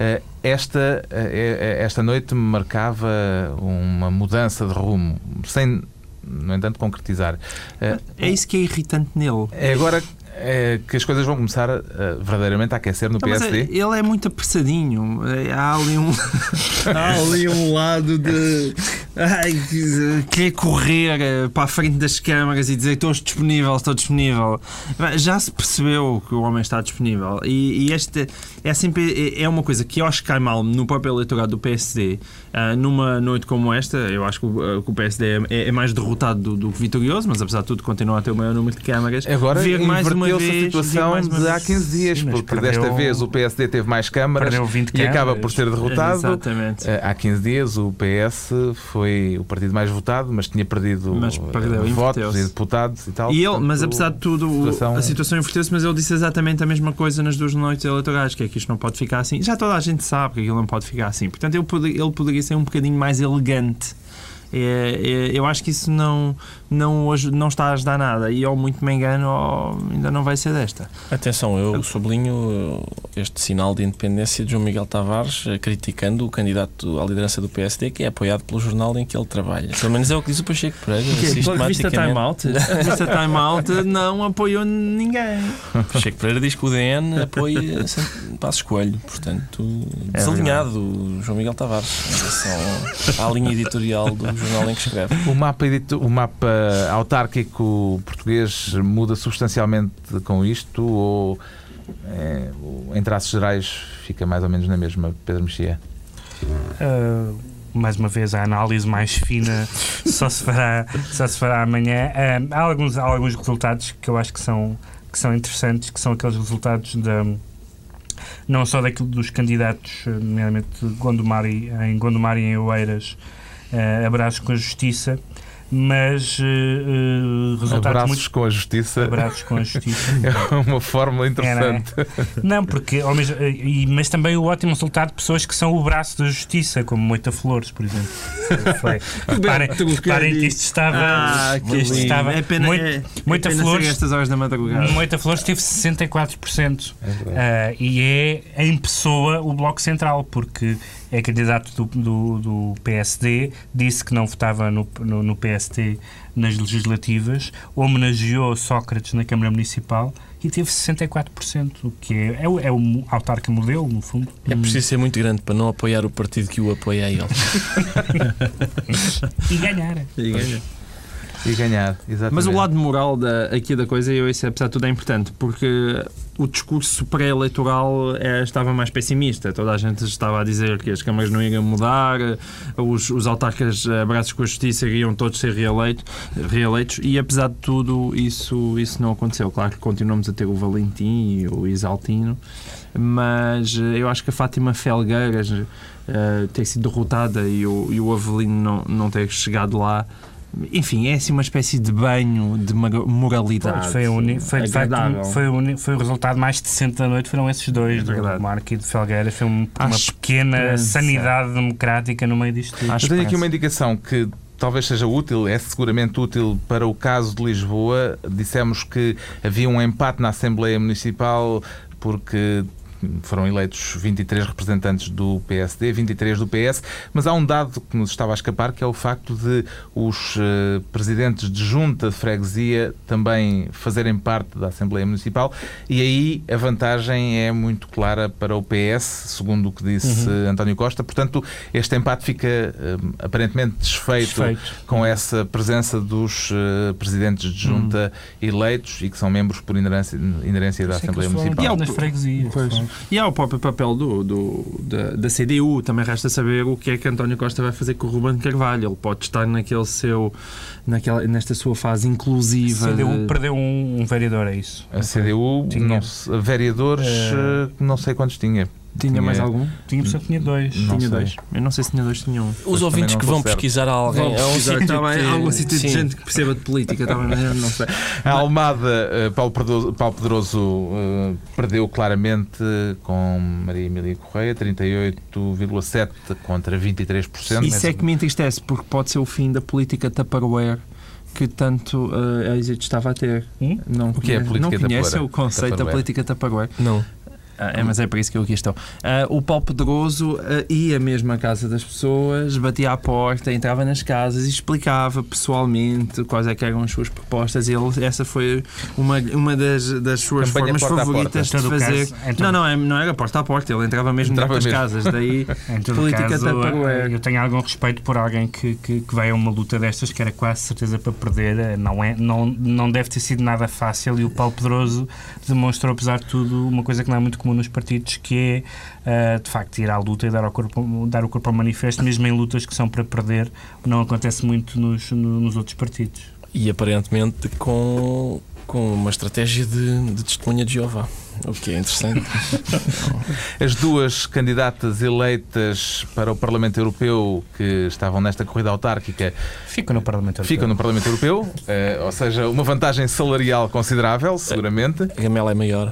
esta noite marcava uma mudança de rumo, sem, no entanto, concretizar. É isso que é irritante nele. É agora que as coisas vão começar verdadeiramente a aquecer no PSD? Mas ele é muito apressadinho. Há ali um lado de querer correr para a frente das câmaras e dizer estou disponível. Já se percebeu que o homem está disponível e este é uma coisa que eu acho que cai mal no próprio eleitorado do PSD. Numa noite como esta, eu acho que o PSD é mais derrotado do que vitorioso, mas apesar de tudo continua a ter o maior número de câmaras. Agora ver mais uma vez a situação de há 15 dias, porque desta vez o PSD teve mais câmaras e acaba por ser derrotado. Exatamente. Há 15 dias o PS foi o partido mais votado, mas tinha perdido votos e deputados e tal. E ele, mas apesar de tudo, a situação inverteu-se, mas ele disse exatamente a mesma coisa nas duas noites eleitorais, que é que isto não pode ficar assim. Já toda a gente sabe que aquilo não pode ficar assim. Portanto, ele poderia ser um bocadinho mais elegante. Eu acho que isso hoje não está a ajudar nada e ou muito me engano ou ainda não vai ser desta. Atenção, eu sublinho este sinal de independência de João Miguel Tavares criticando o candidato à liderança do PSD, que é apoiado pelo jornal em que ele trabalha. Pelo menos é o que diz o Pacheco Pereira. A revista Time Out não apoiou ninguém. Pacheco Pereira diz que o DN apoia Passos Coelho, portanto desalinhado o João Miguel Tavares em relação à linha editorial do jornal em que escreve. O mapa autárquico português muda substancialmente com isto ou em traços gerais fica mais ou menos na mesma, Pedro Mexia? Mais uma vez a análise mais fina só se fará amanhã. Há alguns resultados que eu acho que são interessantes, que são aqueles resultados não só dos candidatos, nomeadamente em Gondomar e em Oeiras, abraços com a Justiça, mas resultados abraços com a Justiça é uma fórmula interessante. Não, porque mas também o ótimo resultado de pessoas que são o braço da Justiça, como Moita Flores, por exemplo. Reparem que isto estava Moita Flores estas horas da madrugada. Moita Flores teve 64%, e é em pessoa o Bloco Central, porque é candidato do PSD, disse que não votava no PSD nas legislativas, homenageou Sócrates na Câmara Municipal e teve 64%, o que é o autarca modelo, no fundo. É preciso ser muito grande para não apoiar o partido que o apoia a ele. E ganhar. E ganhar, exatamente. Mas o lado moral aqui da coisa, isso apesar de tudo é importante, porque o discurso pré-eleitoral estava mais pessimista. Toda a gente estava a dizer que as câmaras não iriam mudar, os autarcas abraços com a Justiça iriam todos ser reeleitos e apesar de tudo isso não aconteceu. Claro que continuamos a ter o Valentim e o Isaltino, mas eu acho que a Fátima Felgueiras ter sido derrotada e o Avelino não ter chegado lá, enfim, é assim uma espécie de banho de moralidade. Foi o resultado mais decente da noite, foram esses dois, do Marco e de Felgueiras. Foi uma pequena sanidade democrática no meio disto tudo. Eu tenho aqui uma indicação que talvez seja útil, é seguramente útil para o caso de Lisboa. Dissemos que havia um empate na Assembleia Municipal porque foram eleitos 23 representantes do PSD, 23 do PS, mas há um dado que nos estava a escapar, que é o facto de os presidentes de junta de freguesia também fazerem parte da Assembleia Municipal, e aí a vantagem é muito clara para o PS, segundo o que disse António Costa. Portanto, este empate fica aparentemente desfeito com essa presença dos presidentes de junta eleitos e que são membros por inerência da Assembleia Municipal. E há o próprio papel da CDU. Também resta saber o que é que António Costa vai fazer com o Ruben Carvalho. Ele pode estar nesta sua fase inclusiva. A CDU perdeu um vereador, é isso? A CDU, vereadores, não sei quantos tinha. Tinha mais algum? Tinha 2. Tinha 2. Eu não sei se tinha 2, tinha 1. Os ouvintes que vão pesquisar alguém. Algum sítio de gente que perceba de política, não sei. A Almada, Paulo Pedroso perdeu claramente com Maria Emília Correia, 38,7% contra 23%. Isso é que me entristece, porque pode ser o fim da política Tupperware que tanto a Exit estava a ter. O que é a política Tupperware? Não conhece o conceito da política Tupperware? Não. Mas é para isso que eu aqui estou. O Paulo Pedroso ia mesmo à casa das pessoas, batia à porta, entrava nas casas e explicava pessoalmente quais é que eram as suas propostas. Essa foi uma das suas formas favoritas de fazer. Não era porta a porta, ele entrava mesmo dentro das casas. Daí, política Tupperware. Eu tenho algum respeito por alguém que vai a uma luta destas que era quase certeza para perder. Não deve ter sido nada fácil, e o Paulo Pedroso demonstrou, apesar de tudo, uma coisa que não é muito comum nos partidos, que é de facto ir à luta e dar o corpo ao manifesto, mesmo em lutas que são para perder. Não acontece muito nos outros partidos. E aparentemente com uma estratégia de testemunha de Jeová, o que é interessante. As duas candidatas eleitas para o Parlamento Europeu que estavam nesta corrida autárquica ficam no Parlamento Europeu, ou seja, uma vantagem salarial considerável, seguramente. A gamela é maior.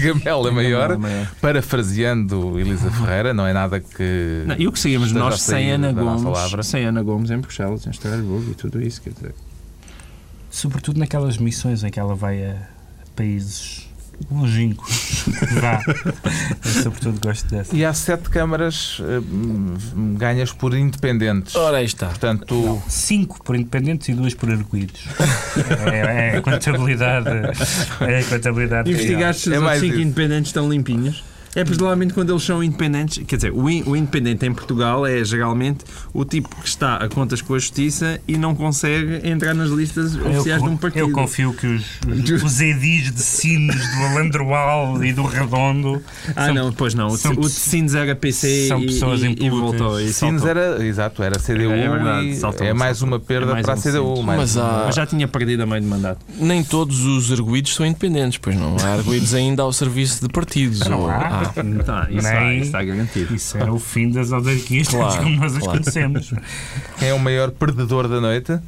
Parafraseando Elisa Ferreira, não é nada que... E o que seguimos nós sem Ana Gomes em Bruxelas, em Estrasburgo e tudo isso, quer dizer... Sobretudo naquelas missões em que ela vai a países longínquos. Eu sobretudo gosto dessa. E há 7 câmaras ganhas por independentes. Ora, aí está. Portanto, 5 por independentes e 2 por arguidos. É a contabilidade. Investigaste se os 5 independentes estão limpinhos? É provavelmente quando eles são independentes, quer dizer, o independente em Portugal é geralmente o tipo que está a contas com a justiça e não consegue entrar nas listas oficiais de um partido. Eu confio que os edis de Sines, do Alandroal e do Redondo... O de Sines era PC e voltou. Sines era CDU é mais uma perda para a CDU. Mas já tinha perdido a meio de mandato. Nem todos os arguidos são independentes, pois não. Há arguidos ainda ao serviço de partidos. Isso está garantido. Isso era o fim das autarquias, como nós as conhecemos. Quem é o maior perdedor da noite?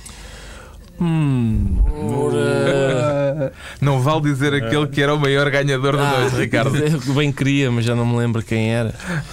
Não vale dizer aquele que era o maior ganhador da noite, Ricardo. Bem queria, mas já não me lembro quem era.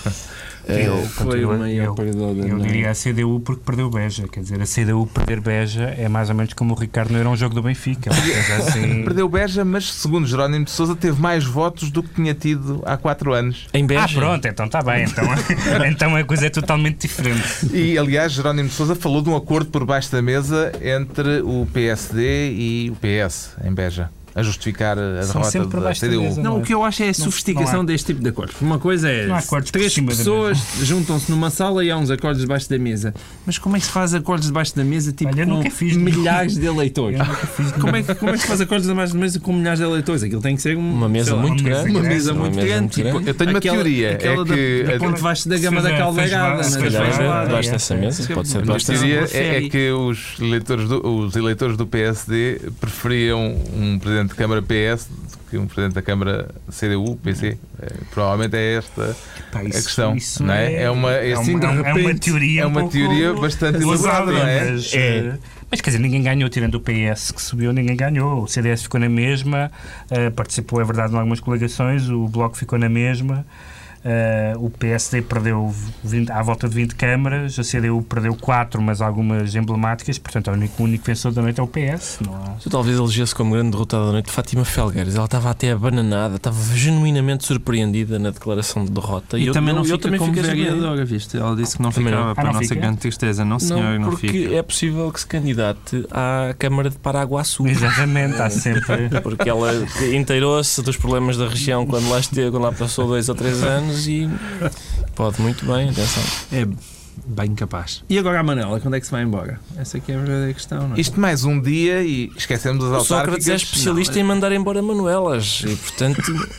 Eu diria a CDU porque perdeu Beja. Quer dizer, a CDU perder Beja é mais ou menos como o Ricardo não era um jogo do Benfica. Perdeu Beja, mas segundo Jerónimo de Sousa teve mais votos do que tinha tido há 4 anos. Em Beja? Pronto, então está bem. Então a coisa é totalmente diferente. E aliás, Jerónimo de Sousa falou de um acordo por baixo da mesa entre o PSD e o PS em Beja, a justificar a derrota da CDU. Não, o que eu acho é a sofisticação deste tipo de acordos. Uma coisa é 3 pessoas juntam-se numa sala e há uns acordos debaixo da mesa. Mas como é que se faz acordos debaixo da mesa com milhares de eleitores? Como é que se faz acordos debaixo da mesa com milhares de eleitores? Aquilo tem que ser uma mesa muito grande. Uma mesa muito grande. Eu tenho uma teoria. Da ponte debaixo da gama da caldeirada. Debaixo dessa mesa. Pode ser debaixo dessa mesa. É que os eleitores do PSD preferiam um presidente de Câmara PS do que um presidente da Câmara CDU, PC. Provavelmente é esta a questão. Não é? É uma teoria bastante elaborada, não é? Mas quer dizer, ninguém ganhou, tirando o PS que subiu, ninguém ganhou. O CDS ficou na mesma, participou, é verdade, em algumas coligações, o Bloco ficou na mesma. O PSD perdeu à volta de 20 câmaras, a CDU perdeu 4, mas algumas emblemáticas, portanto o único vencedor da noite é o PS. Não há... Talvez elegesse como grande derrotada da noite Fátima Felgueiras. Ela estava até abananada, estava genuinamente surpreendida na declaração de derrota. E também não fica também como fiquei vereadora, viste? Ela disse que não ficava, para a nossa grande tristeza. Não, senhor, não fica. Porque é possível que se candidate à Câmara de Paraguaçu. Exatamente, há sempre. Porque ela inteirou-se dos problemas da região quando lá esteve, quando lá passou 2 ou 3 anos. E pode muito bem, atenção. É bem capaz. E agora a Manela, quando é que se vai embora? Essa aqui é a verdadeira questão, não é? Isto mais um dia e esquecemos as autárquicas. Sócrates é especialista em mandar embora Manuelas e, portanto...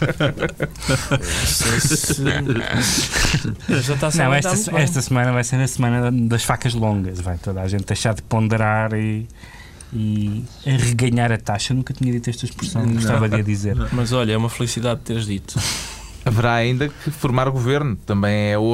já está não, esta semana vai ser a semana das facas longas. Vai toda a gente deixar de ponderar e reganhar a taxa. Nunca tinha dito esta expressão, gostava de a dizer. Mas olha, é uma felicidade teres dito. Haverá ainda que formar governo, também é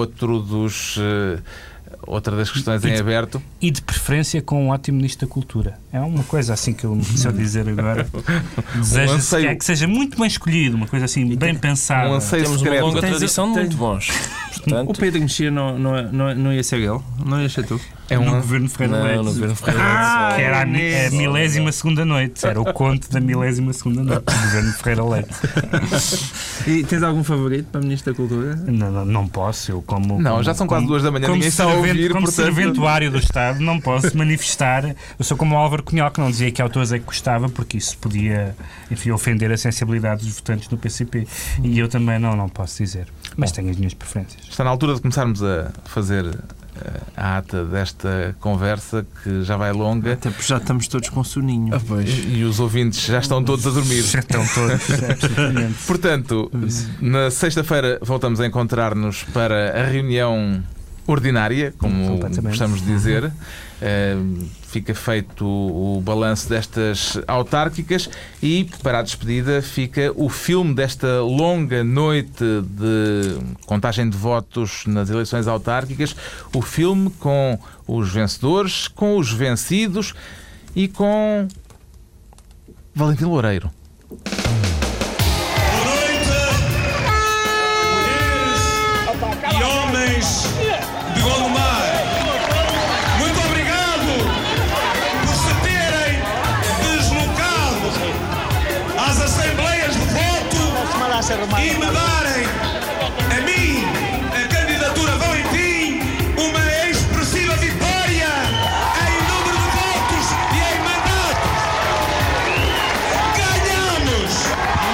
outra das questões em aberto. E de preferência com um ótimo Ministro da Cultura. É uma coisa assim que eu me preciso dizer agora. Desejo que seja muito bem escolhido, uma coisa assim bem pensada. Temos uma longa tradição de muito bons. Portanto, o Pedro Mexia não ia ser ele? Não ia ser tu? É no governo Ferreira Leite. No governo Ferreira Leite. Que era a 12ª noite. Era o conto da 12ª noite do governo Ferreira Leite. E tens algum favorito para Ministro da Cultura? Não posso. Eu já são quase 2 da manhã. Como serventuário do Estado, não posso manifestar. Eu sou como o Álvaro Cunhal, que não dizia que autores é que gostava, porque isso podia, enfim, ofender a sensibilidade dos votantes do PCP. E eu também não posso dizer. Mas tenho as minhas preferências. Está na altura de começarmos a fazer a ata desta conversa, que já vai longa. Até porque já estamos todos com soninho. E os ouvintes já estão todos a dormir. Já estão todos, absolutamente. Portanto, na sexta-feira voltamos a encontrar-nos para a reunião ordinária, como gostamos de dizer. Fica feito o balanço destas autárquicas e, para a despedida, fica o filme desta longa noite de contagem de votos nas eleições autárquicas, o filme com os vencedores, com os vencidos e com Valentim Loureiro. Boa noite, mulheres e homens de Gondomar. Muito obrigado por se terem deslocado às assembleias de voto e me darem a mim, a candidatura Valentim, uma expressiva vitória em número de votos e em mandatos. Ganhamos!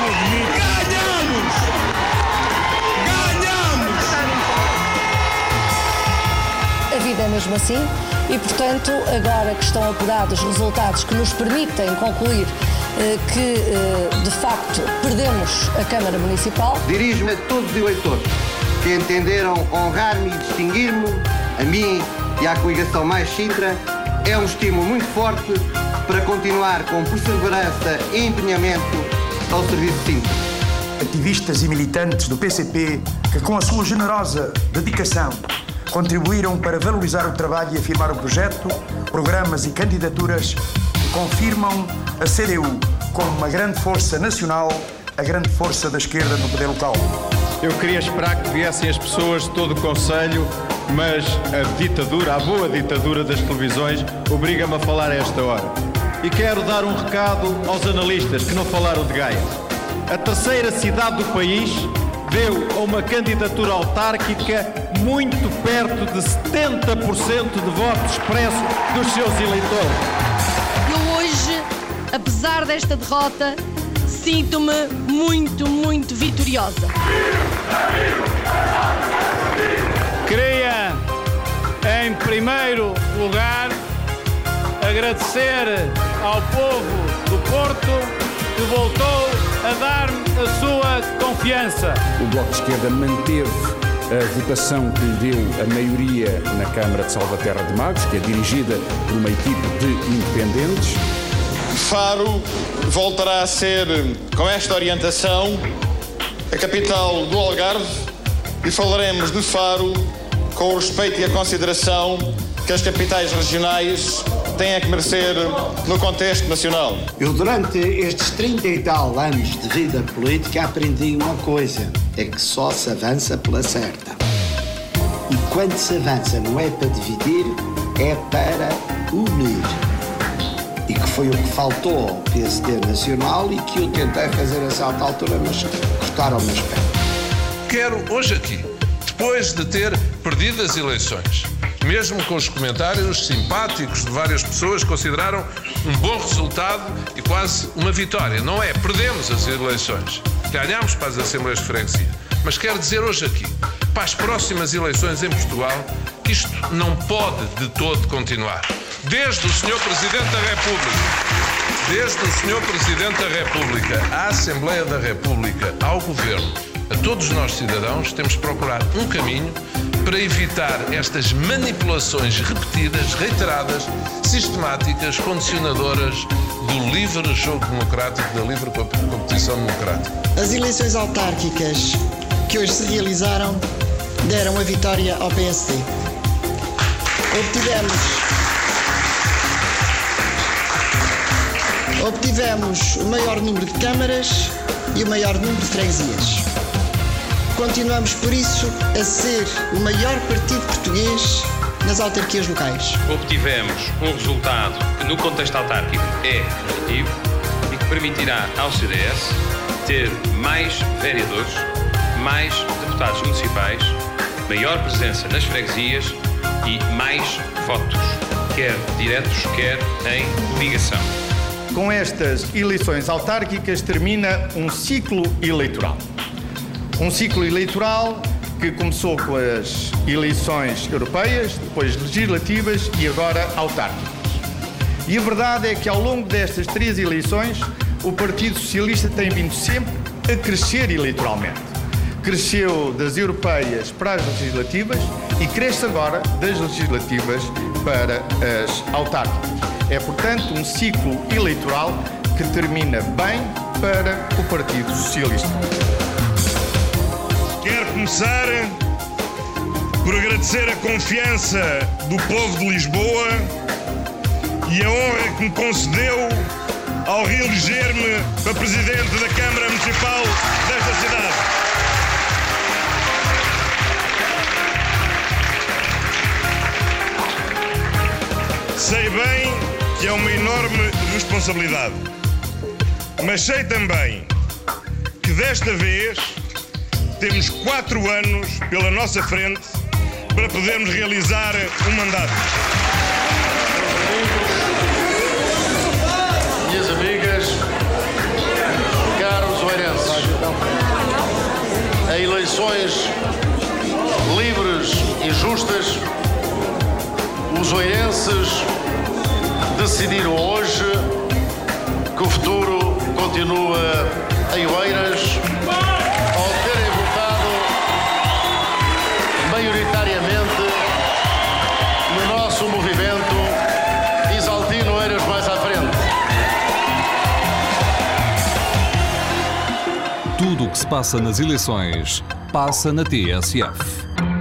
A vida é mesmo assim e, portanto, agora que estão apurados os resultados que nos permitem concluir que, de facto, perdemos a Câmara Municipal. Dirijo-me a todos os eleitores que entenderam honrar-me e distinguir-me, a mim e à coligação Mais Sintra. É um estímulo muito forte para continuar com perseverança e empenhamento ao serviço de Sintra. Ativistas e militantes do PCP que, com a sua generosa dedicação, contribuíram para valorizar o trabalho e afirmar o projeto, programas e candidaturas que confirmam a CDU como uma grande força nacional, a grande força da esquerda no poder local. Eu queria esperar que viessem as pessoas de todo o Conselho, mas a boa ditadura das televisões, obriga-me a falar a esta hora. E quero dar um recado aos analistas que não falaram de Gaia. A terceira cidade do país deu a uma candidatura autárquica muito perto de 70% de voto expresso dos seus eleitores. Eu hoje, apesar desta derrota, sinto-me muito vitoriosa. Queria, em primeiro lugar, agradecer ao povo do Porto que voltou a dar-me a sua confiança. O Bloco de Esquerda manteve a votação que lhe deu a maioria na Câmara de Salvaterra de Magos, que é dirigida por uma equipe de independentes. Faro voltará a ser, com esta orientação, a capital do Algarve, e falaremos de Faro com o respeito e a consideração que as capitais regionais têm a que merecer no contexto nacional. Eu, durante estes 30 e tal anos de vida política, aprendi uma coisa: é que só se avança pela certa. E quando se avança não é para dividir, é para unir. E que foi o que faltou ao PSD Nacional e que eu tentei fazer a certa altura, mas cortaram-me as pernas. Quero hoje aqui, depois de ter perdido as eleições, mesmo com os comentários simpáticos de várias pessoas, consideraram um bom resultado e quase uma vitória. Não é, perdemos as eleições, ganhámos para as Assembleias de Freguesia. Mas quero dizer hoje aqui, para as próximas eleições em Portugal, que isto não pode de todo continuar. Desde o Sr. Presidente da República, à Assembleia da República, ao Governo, a todos nós cidadãos, temos de procurar um caminho para evitar estas manipulações repetidas, reiteradas, sistemáticas, condicionadoras do livre jogo democrático, da livre competição democrática. As eleições autárquicas que hoje se realizaram deram a vitória ao PSD. Obtivemos o maior número de câmaras e o maior número de freguesias. Continuamos, por isso, a ser o maior partido português nas autarquias locais. Obtivemos um resultado que, no contexto autárquico, é positivo e que permitirá ao CDS ter mais vereadores, mais deputados municipais, maior presença nas freguesias e mais votos, quer diretos, quer em coligação. Com estas eleições autárquicas termina um ciclo eleitoral. Um ciclo eleitoral que começou com as eleições europeias, depois legislativas e agora autárquicas. E a verdade é que ao longo destas 3 eleições o Partido Socialista tem vindo sempre a crescer eleitoralmente. Cresceu das europeias para as legislativas e cresce agora das legislativas para as autárquicas. É, portanto, um ciclo eleitoral que termina bem para o Partido Socialista. Quero começar por agradecer a confiança do povo de Lisboa e a honra que me concedeu ao reeleger-me para Presidente da Câmara Municipal desta cidade. Sei bem que é uma enorme responsabilidade, mas sei também que desta vez temos 4 anos pela nossa frente para podermos realizar um mandato. Minhas amigas, caros oeirenses, em eleições livres e justas, os oeirenses decidiram hoje que o futuro continua em Oeiras, ao terem votado maioritariamente no nosso movimento Exaltino Oeiras mais à frente. Tudo o que se passa nas eleições passa na TSF.